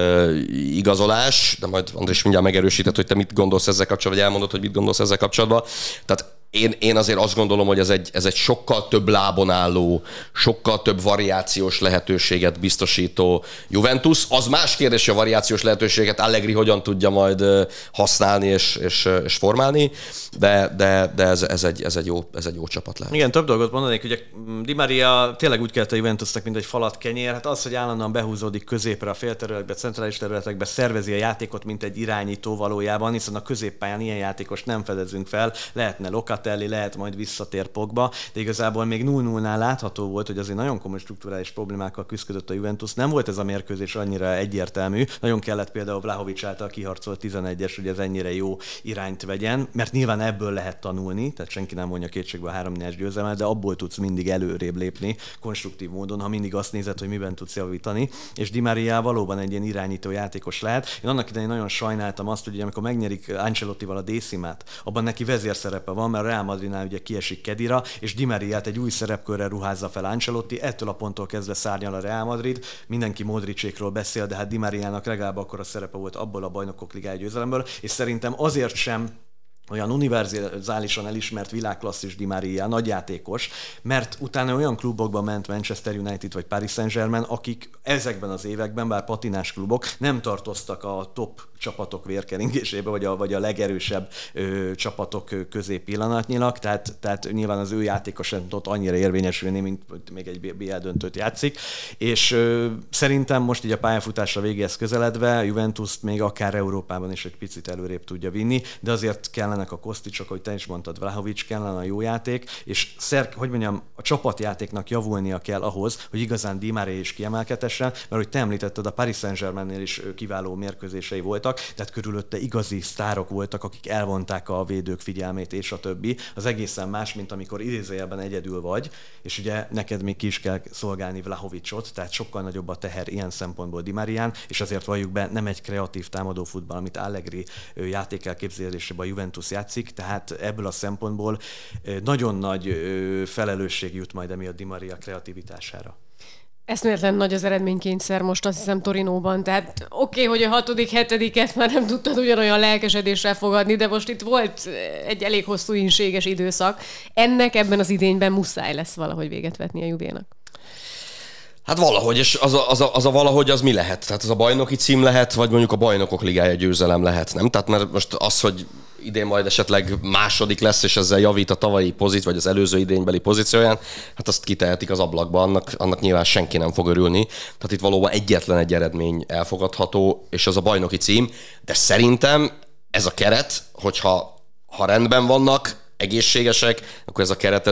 igazolás, de majd András mindjárt megerősített, hogy te mit gondolsz ezzel kapcsolatban, vagy elmondod, hogy mit gondolsz ezzel kapcsolatban. Tehát én azért azt gondolom, hogy ez egy sokkal több lábon álló, sokkal több variációs lehetőséget biztosító Juventus. Az más kérdés, hogy a variációs lehetőséget Allegri hogyan tudja majd használni és formálni, de ez egy jó csapat lehet. Igen, több dolgot mondanék, ugye Di Maria tényleg úgy kellett a Juventusnak, mint egy falat kenyér. Hát az, hogy állandóan behúzódik középre a félterületekbe, centrális területekbe, szervezi a játékot, mint egy irányító valójában, hiszen a középpályán ilyen játékos nem fedezünk fel, lehetne Locatelli, lehet majd visszatér Pogba, de igazából még 0-0-nál látható volt, hogy azért nagyon komoly strukturális problémákkal küzdött a Juventus. Nem volt ez a mérkőzés annyira egyértelmű. Nagyon kellett például Vlahovic által kiharcolt 11-es, hogy ez ennyire jó irányt vegyen, mert nyilván ebből lehet tanulni, tehát senki nem vonja kétségbe a 3-4-es győzelmet, de abból tudsz mindig előrébb lépni konstruktív módon, ha mindig azt nézed, hogy miben tudsz javítani. És Di Maria valóban egy ilyen irányító játékos lehet. Én annak idején nagyon sajnáltam azt, hogy amikor megnyerik Ancelottival a Décimát, abban neki vezérszerepe van, mert Real Madridnál ugye kiesik Kedira, és Di Mariát egy új szerepkörrel ruházza fel Ancelotti, ettől a ponttól kezdve szárnyal a Real Madrid. Mindenki Modricékról beszél, de hát Di Mariának legalább akkora szerepe volt abból a Bajnokok Ligája győzelemből, és szerintem azért sem olyan univerzálisan elismert világklasszis Di Maria, nagyjátékos, mert utána olyan klubokba ment Manchester United vagy Paris Saint-Germain, akik ezekben az években, bár patinás klubok, nem tartoztak a top csapatok vérkeringésébe, vagy a legerősebb csapatok közé pillanatnyilag, tehát nyilván az ő játéka sem tudott annyira érvényesülni, mint még egy BL döntőt játszik, és szerintem most így a pályafutásra végéhez közeledve Juventus még akár Európában is egy picit előrébb tudja vinni, de azért kellenek a Kosticsok, ahogy te is mondtad, Vlahovics, kellene a jó játék, és a csapatjátéknak javulnia kell ahhoz, hogy igazán Di Maria is kiemelkedhessen, mert hogy te említetted, a Paris Saint-Germainnél is kiváló mérkőzései voltak, tehát körülötte igazi sztárok voltak, akik elvonták a védők figyelmét, és a többi. Az egészen más, mint amikor idézőjelben egyedül vagy, és ugye neked még ki is kell szolgálni Vlahovicsot, tehát sokkal nagyobb a teher ilyen szempontból Di Marián, és azért valljuk be, nem egy kreatív támadó futball, amit Allegri játékelképzelésében a Juventus játszik, tehát ebből a szempontból nagyon nagy felelősség jut majd emiatt Di Maria kreativitására. Eszméletlen nagy az eredménykényszer most, azt hiszem, Torinóban. Tehát oké, hogy a 6.-7. már nem tudtad ugyanolyan lelkesedéssel fogadni, de most itt volt egy elég hosszú ínséges időszak. Ennek ebben az idényben muszáj lesz valahogy véget vetni a Juvénak. Hát valahogy, és az a valahogy az mi lehet? Tehát az a bajnoki cím lehet, vagy mondjuk a bajnokok ligája győzelem lehet, nem? Tehát mert most az, hogy idén majd esetleg második lesz, és ezzel javít a tavalyi vagy az előző idénybeli pozícióján, hát azt kitehetik az ablakba, annak nyilván senki nem fog örülni. Tehát itt valóban egyetlen egy eredmény elfogadható, és az a bajnoki cím, de szerintem ez a keret, hogyha rendben vannak, egészségesek, akkor ez a keret,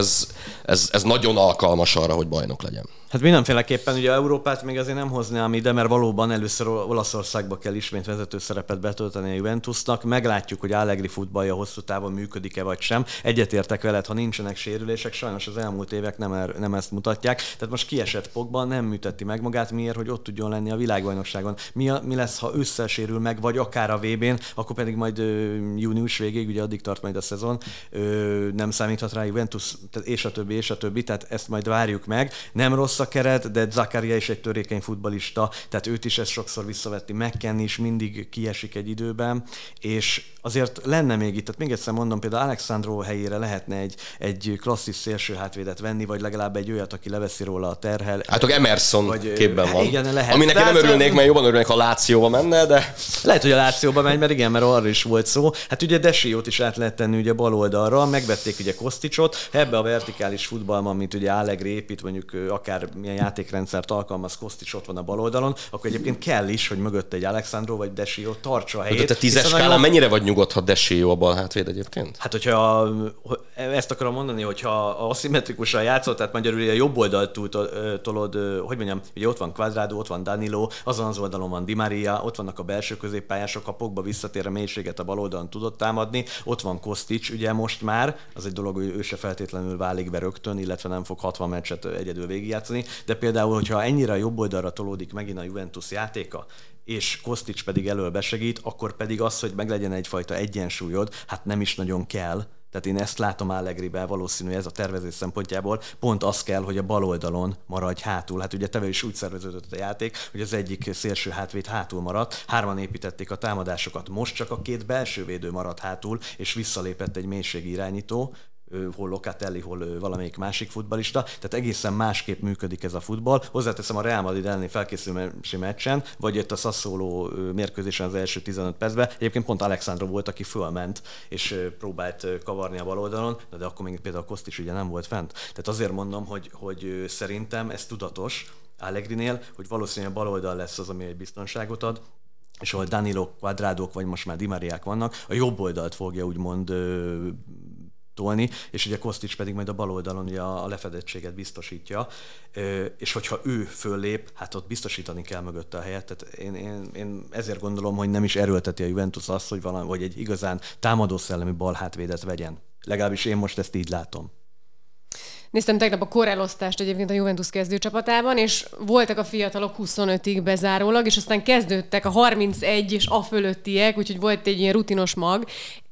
ez nagyon alkalmas arra, hogy bajnok legyen. Hát mindenféleképpen ugye Európát még azért nem hoznám ide, mert valóban először Olaszországba kell ismét vezető szerepet betölteni a Juventusnak. Meglátjuk, hogy Allegri futballja hosszú távon működik-e vagy sem. Egyetértek veled, ha nincsenek sérülések, sajnos az elmúlt évek nem ezt mutatják. Tehát most kiesett Pogba, nem műteti meg magát, miért, hogy ott tudjon lenni a világbajnokságon. Mi lesz, ha összesérül meg, vagy akár a VB-n, akkor pedig majd június végéig, ugye addig tart majd a szezon, nem számíthat rá Juventus, és a többi, tehát ezt majd várjuk meg. Nem rossz a keret, de Zakaria is egy törékeny futballista, tehát őt is ezt sokszor visszavetti, McKennie is mindig kiesik egy időben, és azért lenne még itt, tehát még egyszer mondom, például Alexandro helyére lehetne egy klasszis szélső hátvédet venni, vagy legalább egy olyat, aki leveszi róla a terhel. Hát Emerson vagy, képben van. Igen, lehet. Ami neki nem örülnék, mert jobban örülnék, ha Lációba menne, de... Lehet, hogy a Lációba megy, mert arra is volt szó. Hát ugye Desiót is át lehet tenni ugye bal oldalra, megvették ugye Kosticsot, ebbe a vertikális futballban, mint ugye Allegri épít, mondjuk akár milyen játékrendszert alkalmaz, Kostics ott van a bal oldalon, akkor egyébként kell is, hogy mögötte egy Alexandro vagy Desio tartsa a helyét. De te 10-es skálán mennyire vagy nyugodt, ha Desio a bal hátvéd egyébként? Hát, hogyha ezt akarom mondani, hogyha aszimmetrikusan játszol, tehát magyarul a jobb oldalt tolod, hogy mondjam, ugye ott van Cuadrado, ott van Danilo, azon az oldalon van Di Maria, ott vannak a belső középpályások, a Pogba visszatér a mélységet a bal oldalon tudott támadni, ott van Kostics, ugye most már, az egy dolog, hogy ő se feltétlenül válik be rögtön, illetve nem fog 60 meccset egyedül végigjátszani, de például, hogyha ennyire a jobb oldalra tolódik megint a Juventus játéka, és Kostics pedig elől besegít, akkor pedig az, hogy meglegyen egyfajta egyensúlyod, hát nem is nagyon kell. Tehát én ezt látom Allegriben, valószínű, ez a tervezés szempontjából pont az kell, hogy a bal oldalon maradj hátul. Hát ugye teve is úgy szerveződött a játék, hogy az egyik szélső hátvéd hátul maradt, hárman építették a támadásokat, most csak a két belső védő maradt hátul, és visszalépett egy mélységi irányító, hol Locatelli, hol valamelyik másik futballista, tehát egészen másképp működik ez a futball. Hozzáteszem, a Real Madrid elleni felkészülési meccsen, vagy itt a Sassuolo mérkőzésen az első 15 percben, egyébként pont Alexandro volt, aki fölment, és próbált kavarni a bal oldalon, de akkor még például Kostics ugye nem volt fent. Tehát azért mondom, hogy szerintem ez tudatos Allegrinél, hogy valószínűleg a bal oldal lesz az, ami egy biztonságot ad, és ahol Danilo, Cuadradók, vagy most már Di Mariák vannak, a jobb oldalt fogja úgymond tolni, és ugye Kostics pedig majd a bal oldalon ugye a lefedettséget biztosítja, és hogyha ő föllép, hát ott biztosítani kell mögötte a helyet. Tehát én ezért gondolom, hogy nem is erőlteti a Juventus azt, hogy egy igazán támadó szellemi bal hátvédet vegyen. Legalábbis én most ezt így látom. Néztem tegnap a korelosztást egyébként a Juventus kezdőcsapatában, és voltak a fiatalok 25-ig bezárólag, és aztán kezdődtek a 31 és a fölöttiek, úgyhogy volt egy ilyen rutinos mag.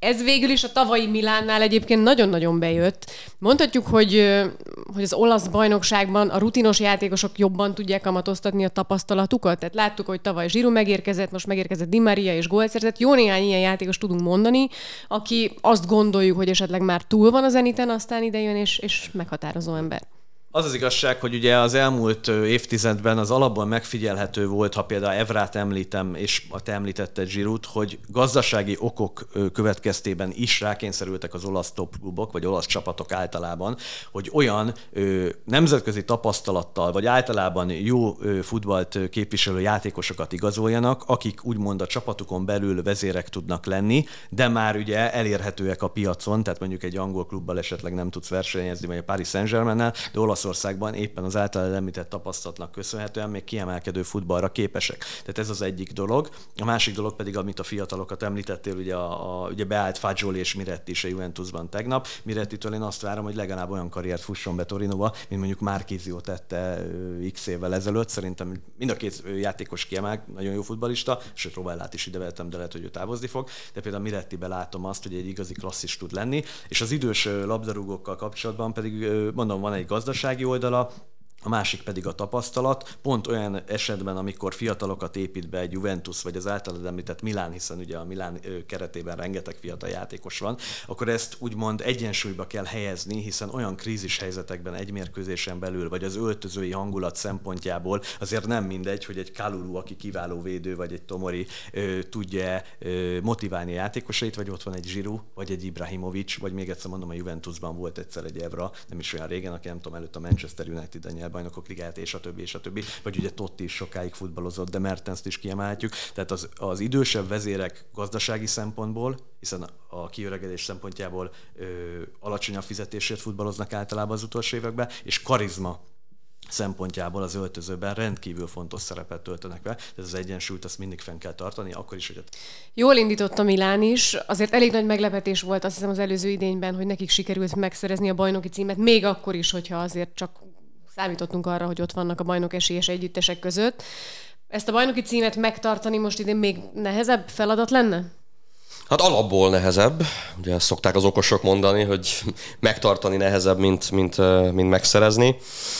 Ez végül is a tavalyi Milánnál egyébként nagyon-nagyon bejött. Mondhatjuk, hogy az olasz bajnokságban a rutinos játékosok jobban tudják kamatoztatni a tapasztalatukat. Tehát láttuk, hogy tavaly Giroud megérkezett, most megérkezett Di Maria és gólt szerzett. Jó néhány ilyen játékos tudunk mondani, aki azt gondoljuk, hogy esetleg már túl van a Zeniten, aztán idejön és meghatározó ember. Az az igazság, hogy ugye az elmúlt évtizedben az alapban megfigyelhető volt, ha például Evrát említem, és te említetted Giroud, hogy gazdasági okok következtében is rákényszerültek az olasz top klubok, vagy olasz csapatok általában, hogy olyan nemzetközi tapasztalattal, vagy általában jó futballt képviselő játékosokat igazoljanak, akik úgymond a csapatukon belül vezérek tudnak lenni, de már ugye elérhetőek a piacon, tehát mondjuk egy angol klubbal esetleg nem tudsz versenyezni, vagy a Paris Saint-Germain-nel, de Olaszországban éppen az általában említett tapasztalatnak köszönhetően még kiemelkedő futballra képesek. Tehát ez az egyik dolog. A másik dolog pedig, amit a fiatalokat említettél, ugye beállt Fagioli és Miretti is a Juventusban tegnap. Mirettitől én azt várom, hogy legalább olyan karriert fusson be Torinóba, mint mondjuk Marchisio tette x évvel ezelőtt. Szerintem mind a két játékos kiemel, nagyon jó futballista, sőt Rovellát is ideveltem, de lehet, hogy ő távozni fog. De például Mirettibe látom azt, hogy egy igazi klasszis tud lenni, és az idős labdarúgókkal kapcsolatban pedig mondom, van egy gazdasági oldala, a másik pedig a tapasztalat. Pont olyan esetben, amikor fiatalokat épít be egy Juventus, vagy az általad említett Milán, hiszen ugye a Milán keretében rengeteg fiatal játékos van, akkor ezt úgymond egyensúlyba kell helyezni, hiszen olyan krízis helyzetekben egy mérkőzésen belül, vagy az öltözői hangulat szempontjából azért nem mindegy, hogy egy Kalulu, aki kiváló védő, vagy egy Tomori tudja motiválni a játékosait, vagy ott van egy Giroud, vagy egy Ibrahimovic, vagy még egyszer mondom, a Juventusban volt egyszer egy Evra, nem is olyan régen, aki nem tudom, előtt a Manchester United bajnokok ligáját, és a többi. Vagy ugye Totti is sokáig futballozott, de Mertenst is kiemelhetjük. Tehát az idősebb vezérek gazdasági szempontból, hiszen a kiöregedés szempontjából alacsonyabb fizetésért futballoznak általában az utolsó években, és karizma szempontjából az öltözőben rendkívül fontos szerepet töltenek be. Ez az egyensúlyt azt mindig fenn kell tartani, akkor is, hogy... Jól indított a Milán is. Azért elég nagy meglepetés volt, azt hiszem, az előző idényben, hogy nekik sikerült megszerezni a bajnoki címet, még akkor is, hogyha azért csak számítottunk arra, hogy ott vannak a bajnok esélyes együttesek között. Ezt a bajnoki címet megtartani most idén még nehezebb feladat lenne? Hát alapból nehezebb. Ugye szokták az okosok mondani, hogy megtartani nehezebb, mint megszerezni.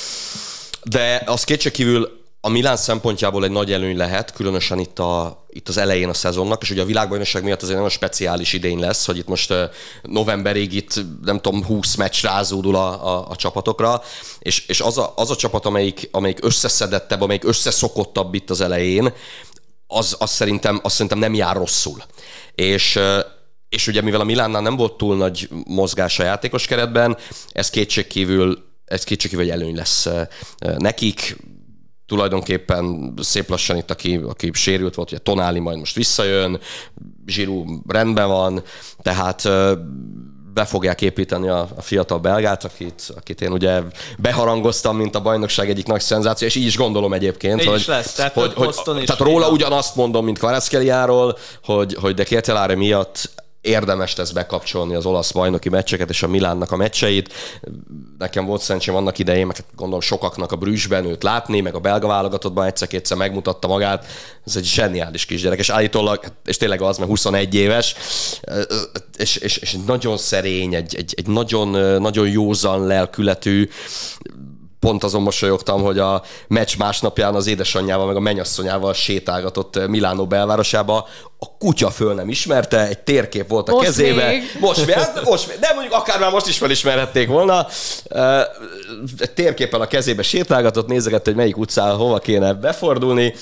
De az kétségkívül a Milán szempontjából egy nagy előny lehet, különösen itt az elején a szezonnak, és ugye a világbajnokság miatt azért nagyon speciális idény lesz, hogy itt most novemberig itt nem tudom 20 meccs rázódul a csapatokra, és az a csapat, amelyik összeszedettebb, amelyik összeszokottabb itt az elején, az szerintem nem jár rosszul. És ugye mivel a Milánnál nem volt túl nagy mozgás a játékos keretben, ez kétségkívül egy előny lesz nekik. Tulajdonképpen szép lassan itt, aki sérült volt, ugye Tonali majd most visszajön, Giroud rendben van, tehát be fogják építeni a fiatal belgát, akit én ugye beharangoztam, mint a bajnokság egyik nagy szenzáció, és így is gondolom egyébként, tehát róla ugyanazt mondom, mint Kvaratskheliáról, hogy de Ketelare miatt érdemes lesz bekapcsolni az olasz bajnoki meccseket és a Milánnak a meccseit. Nekem volt szerencsém annak idején, meg gondolom sokaknak a Brüsszben őt látni, meg a belga válogatottban egyszer-kétszer megmutatta magát. Ez egy zseniális kisgyerek, és állítólag, és tényleg az, mert 21 éves, és nagyon szerény, egy nagyon, nagyon józan lelkületű. Pont azon mosolyogtam, hogy a meccs másnapján az édesanyjával, meg a mennyasszonyával sétálgatott Milánó belvárosába. A kutya föl nem ismerte, egy térkép volt a kezébe. Most még, de mondjuk akár már most is felismerhették volna. Egy térképpel a kezébe sétálgatott, nézegette, hogy melyik utcán hova kéne befordulni.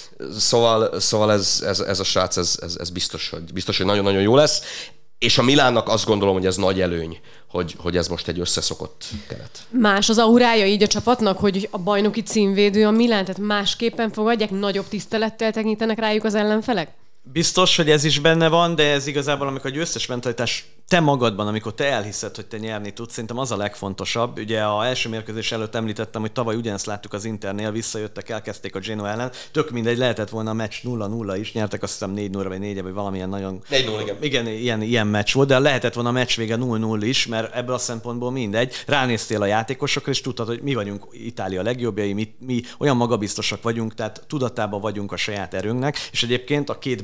Szóval ez a srác, ez biztos, hogy nagyon-nagyon jó lesz. És a Milánnak azt gondolom, hogy ez nagy előny, hogy ez most egy összeszokott keret. Más az aurája így a csapatnak, hogy a bajnoki címvédő a Milán, tehát másképpen fogadják, nagyobb tisztelettel tekintenek rájuk az ellenfelek? Biztos, hogy ez is benne van, de ez igazából, amikor a győztes mentalitás te magadban, amikor te elhiszed, hogy te nyerni tudsz, szerintem az a legfontosabb. Ugye a első mérkőzés előtt említettem, hogy tavaly ugyanezt láttuk az Internél, visszajöttek, elkezdték a Genoa ellen. Tök mindegy, lehetett volna a meccs 0-0 is, nyertek azt hiszem 4-0 vagy 4-1, vagy valamilyen nagyon... 4-0, igen, ilyen meccs volt, de lehetett volna a meccs vége 0-0 is, mert ebből a szempontból mindegy. Ránéztél a játékosokra, és tudtad, hogy mi vagyunk Itália legjobbjai, mi olyan magabiztosak vagyunk, tehát tudatában vagyunk a saját erőnknek, és egyébként a két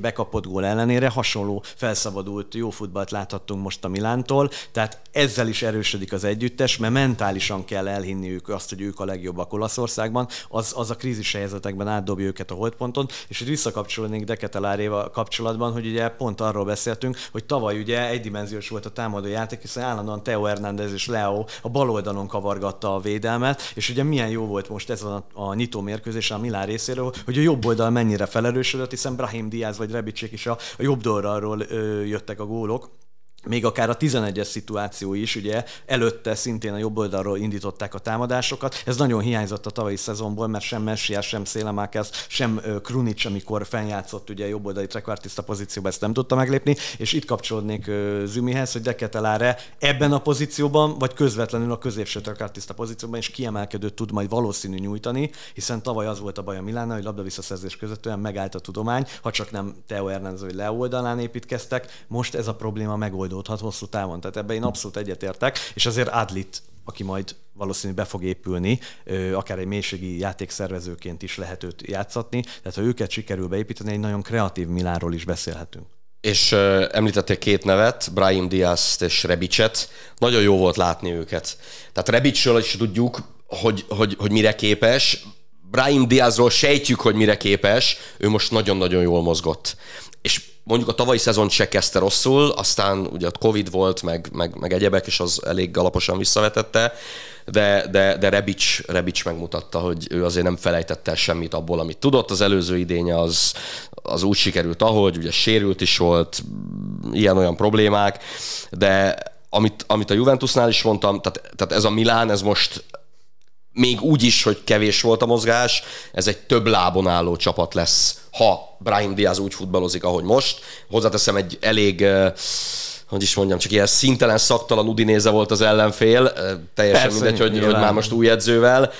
bekapott gól ellenére hasonló felszabadult jó futballt láthattunk most a Milántól, tehát ezzel is erősödik az együttes, mert mentálisan kell elhinniük azt, hogy ők a legjobbak Olaszországban, az a krízis helyzetekben átdobja őket a holdponton, és itt visszakapcsolnék De Ketelaeréval kapcsolatban, hogy ugye pont arról beszéltünk, hogy tavaly ugye egydimenziós volt a támadó játék, hiszen állandóan Theo Hernández és Leo a bal oldalon kavargatta a védelmet, és ugye milyen jó volt most ez a nyitó mérkőzés a Milán részéről, hogy a jobb oldal mennyire felerősödött, hiszen Brahim Diaz vagy Rebicsék is a jobb oldalról jöttek a gólok. Még akár a 11-es szituáció is, ugye előtte szintén a jobb oldalról indították a támadásokat. Ez nagyon hiányzott a tavalyi szezonból, mert sem Messiás, sem Szélemákesz, sem Krunic, amikor fennjátszott ugye jobb oldali trekvártiszta pozícióban, ezt nem tudta meglépni, és itt kapcsolódnék Zümihez, hogy De Ketelaere ebben a pozícióban, vagy közvetlenül a középső trekvártiszta pozícióban is kiemelkedőt tud majd valószínű nyújtani, hiszen tavaly az volt a baj a Milánnal, hogy labdavisszaszerzés között olyan megállt a tudomány, ha csak nem Theo Hernández vagy Leo oldalán építkeztek. Most ez a probléma megoldódhat hosszú távon. Tehát ebben én abszolút egyetértek, és azért Adlit, aki majd valószínűleg be fog épülni, akár egy mélységi játékszervezőként is lehet őt játszatni, tehát ha őket sikerül beépíteni, egy nagyon kreatív Milánról is beszélhetünk. És említették két nevet, Brahim Diazt és Rebicet. Nagyon jó volt látni őket. Tehát Rebicről is tudjuk, hogy mire képes. Brahim Diazról sejtjük, hogy mire képes. Ő most nagyon-nagyon jól mozgott. És mondjuk a tavalyi szezont se kezdte rosszul, aztán ugye ott Covid volt, meg egyebek, és az elég alaposan visszavetette, de Rebic megmutatta, hogy ő azért nem felejtette el semmit abból, amit tudott. Az előző idénye az úgy sikerült, ahogy, ugye sérült is volt, ilyen-olyan problémák, de amit a Juventusnál is mondtam, tehát ez a Milán, ez most még úgy is, hogy kevés volt a mozgás, ez egy több lábon álló csapat lesz, ha Brahim Diaz úgy futballozik, ahogy most. Hozzáteszem, egy elég, hogy is mondjam, csak ilyen szintelen, szaktalan Udinéze volt az ellenfél, teljesen persze, mindegy, hogy már most új edzővel,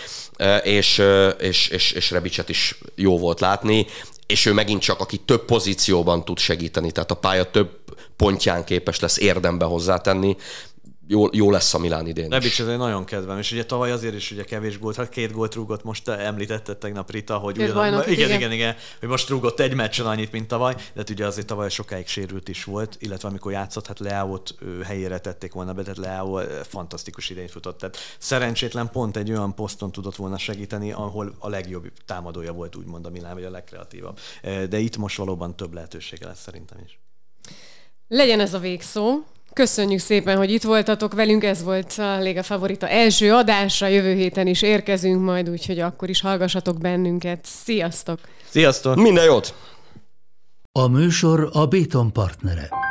és Rebicet is jó volt látni, és ő megint csak, aki több pozícióban tud segíteni, tehát a pálya több pontján képes lesz érdembe hozzátenni. Jó lesz a Milán idén. Rebic, ez egy nagyon kedvem, és ugye tavaly azért is ugye kevés gólt, 2 gólt rúgott, most említetted tegnap Rita, hogy igen, hogy most rúgott egy meccsen annyit, mint tavaly, de ugye azért tavaly sokáig sérült is volt, illetve amikor játszott, hát Leao-t helyére tették volna be, tehát Leao fantasztikus idényt futott, tehát szerencsétlen pont egy olyan poszton tudott volna segíteni, ahol a legjobb támadója volt, úgymond a Milán, vagy a legkreatívabb. De itt most valóban több lehetősége lesz szerintem is. Legyen ez a végszó. Köszönjük szépen, hogy itt voltatok velünk, ez volt a Liga Favorita első adása, jövő héten is érkezünk majd, úgyhogy akkor is hallgassatok bennünket. Sziasztok! Sziasztok! Minden jót! A műsor a Béton partnere.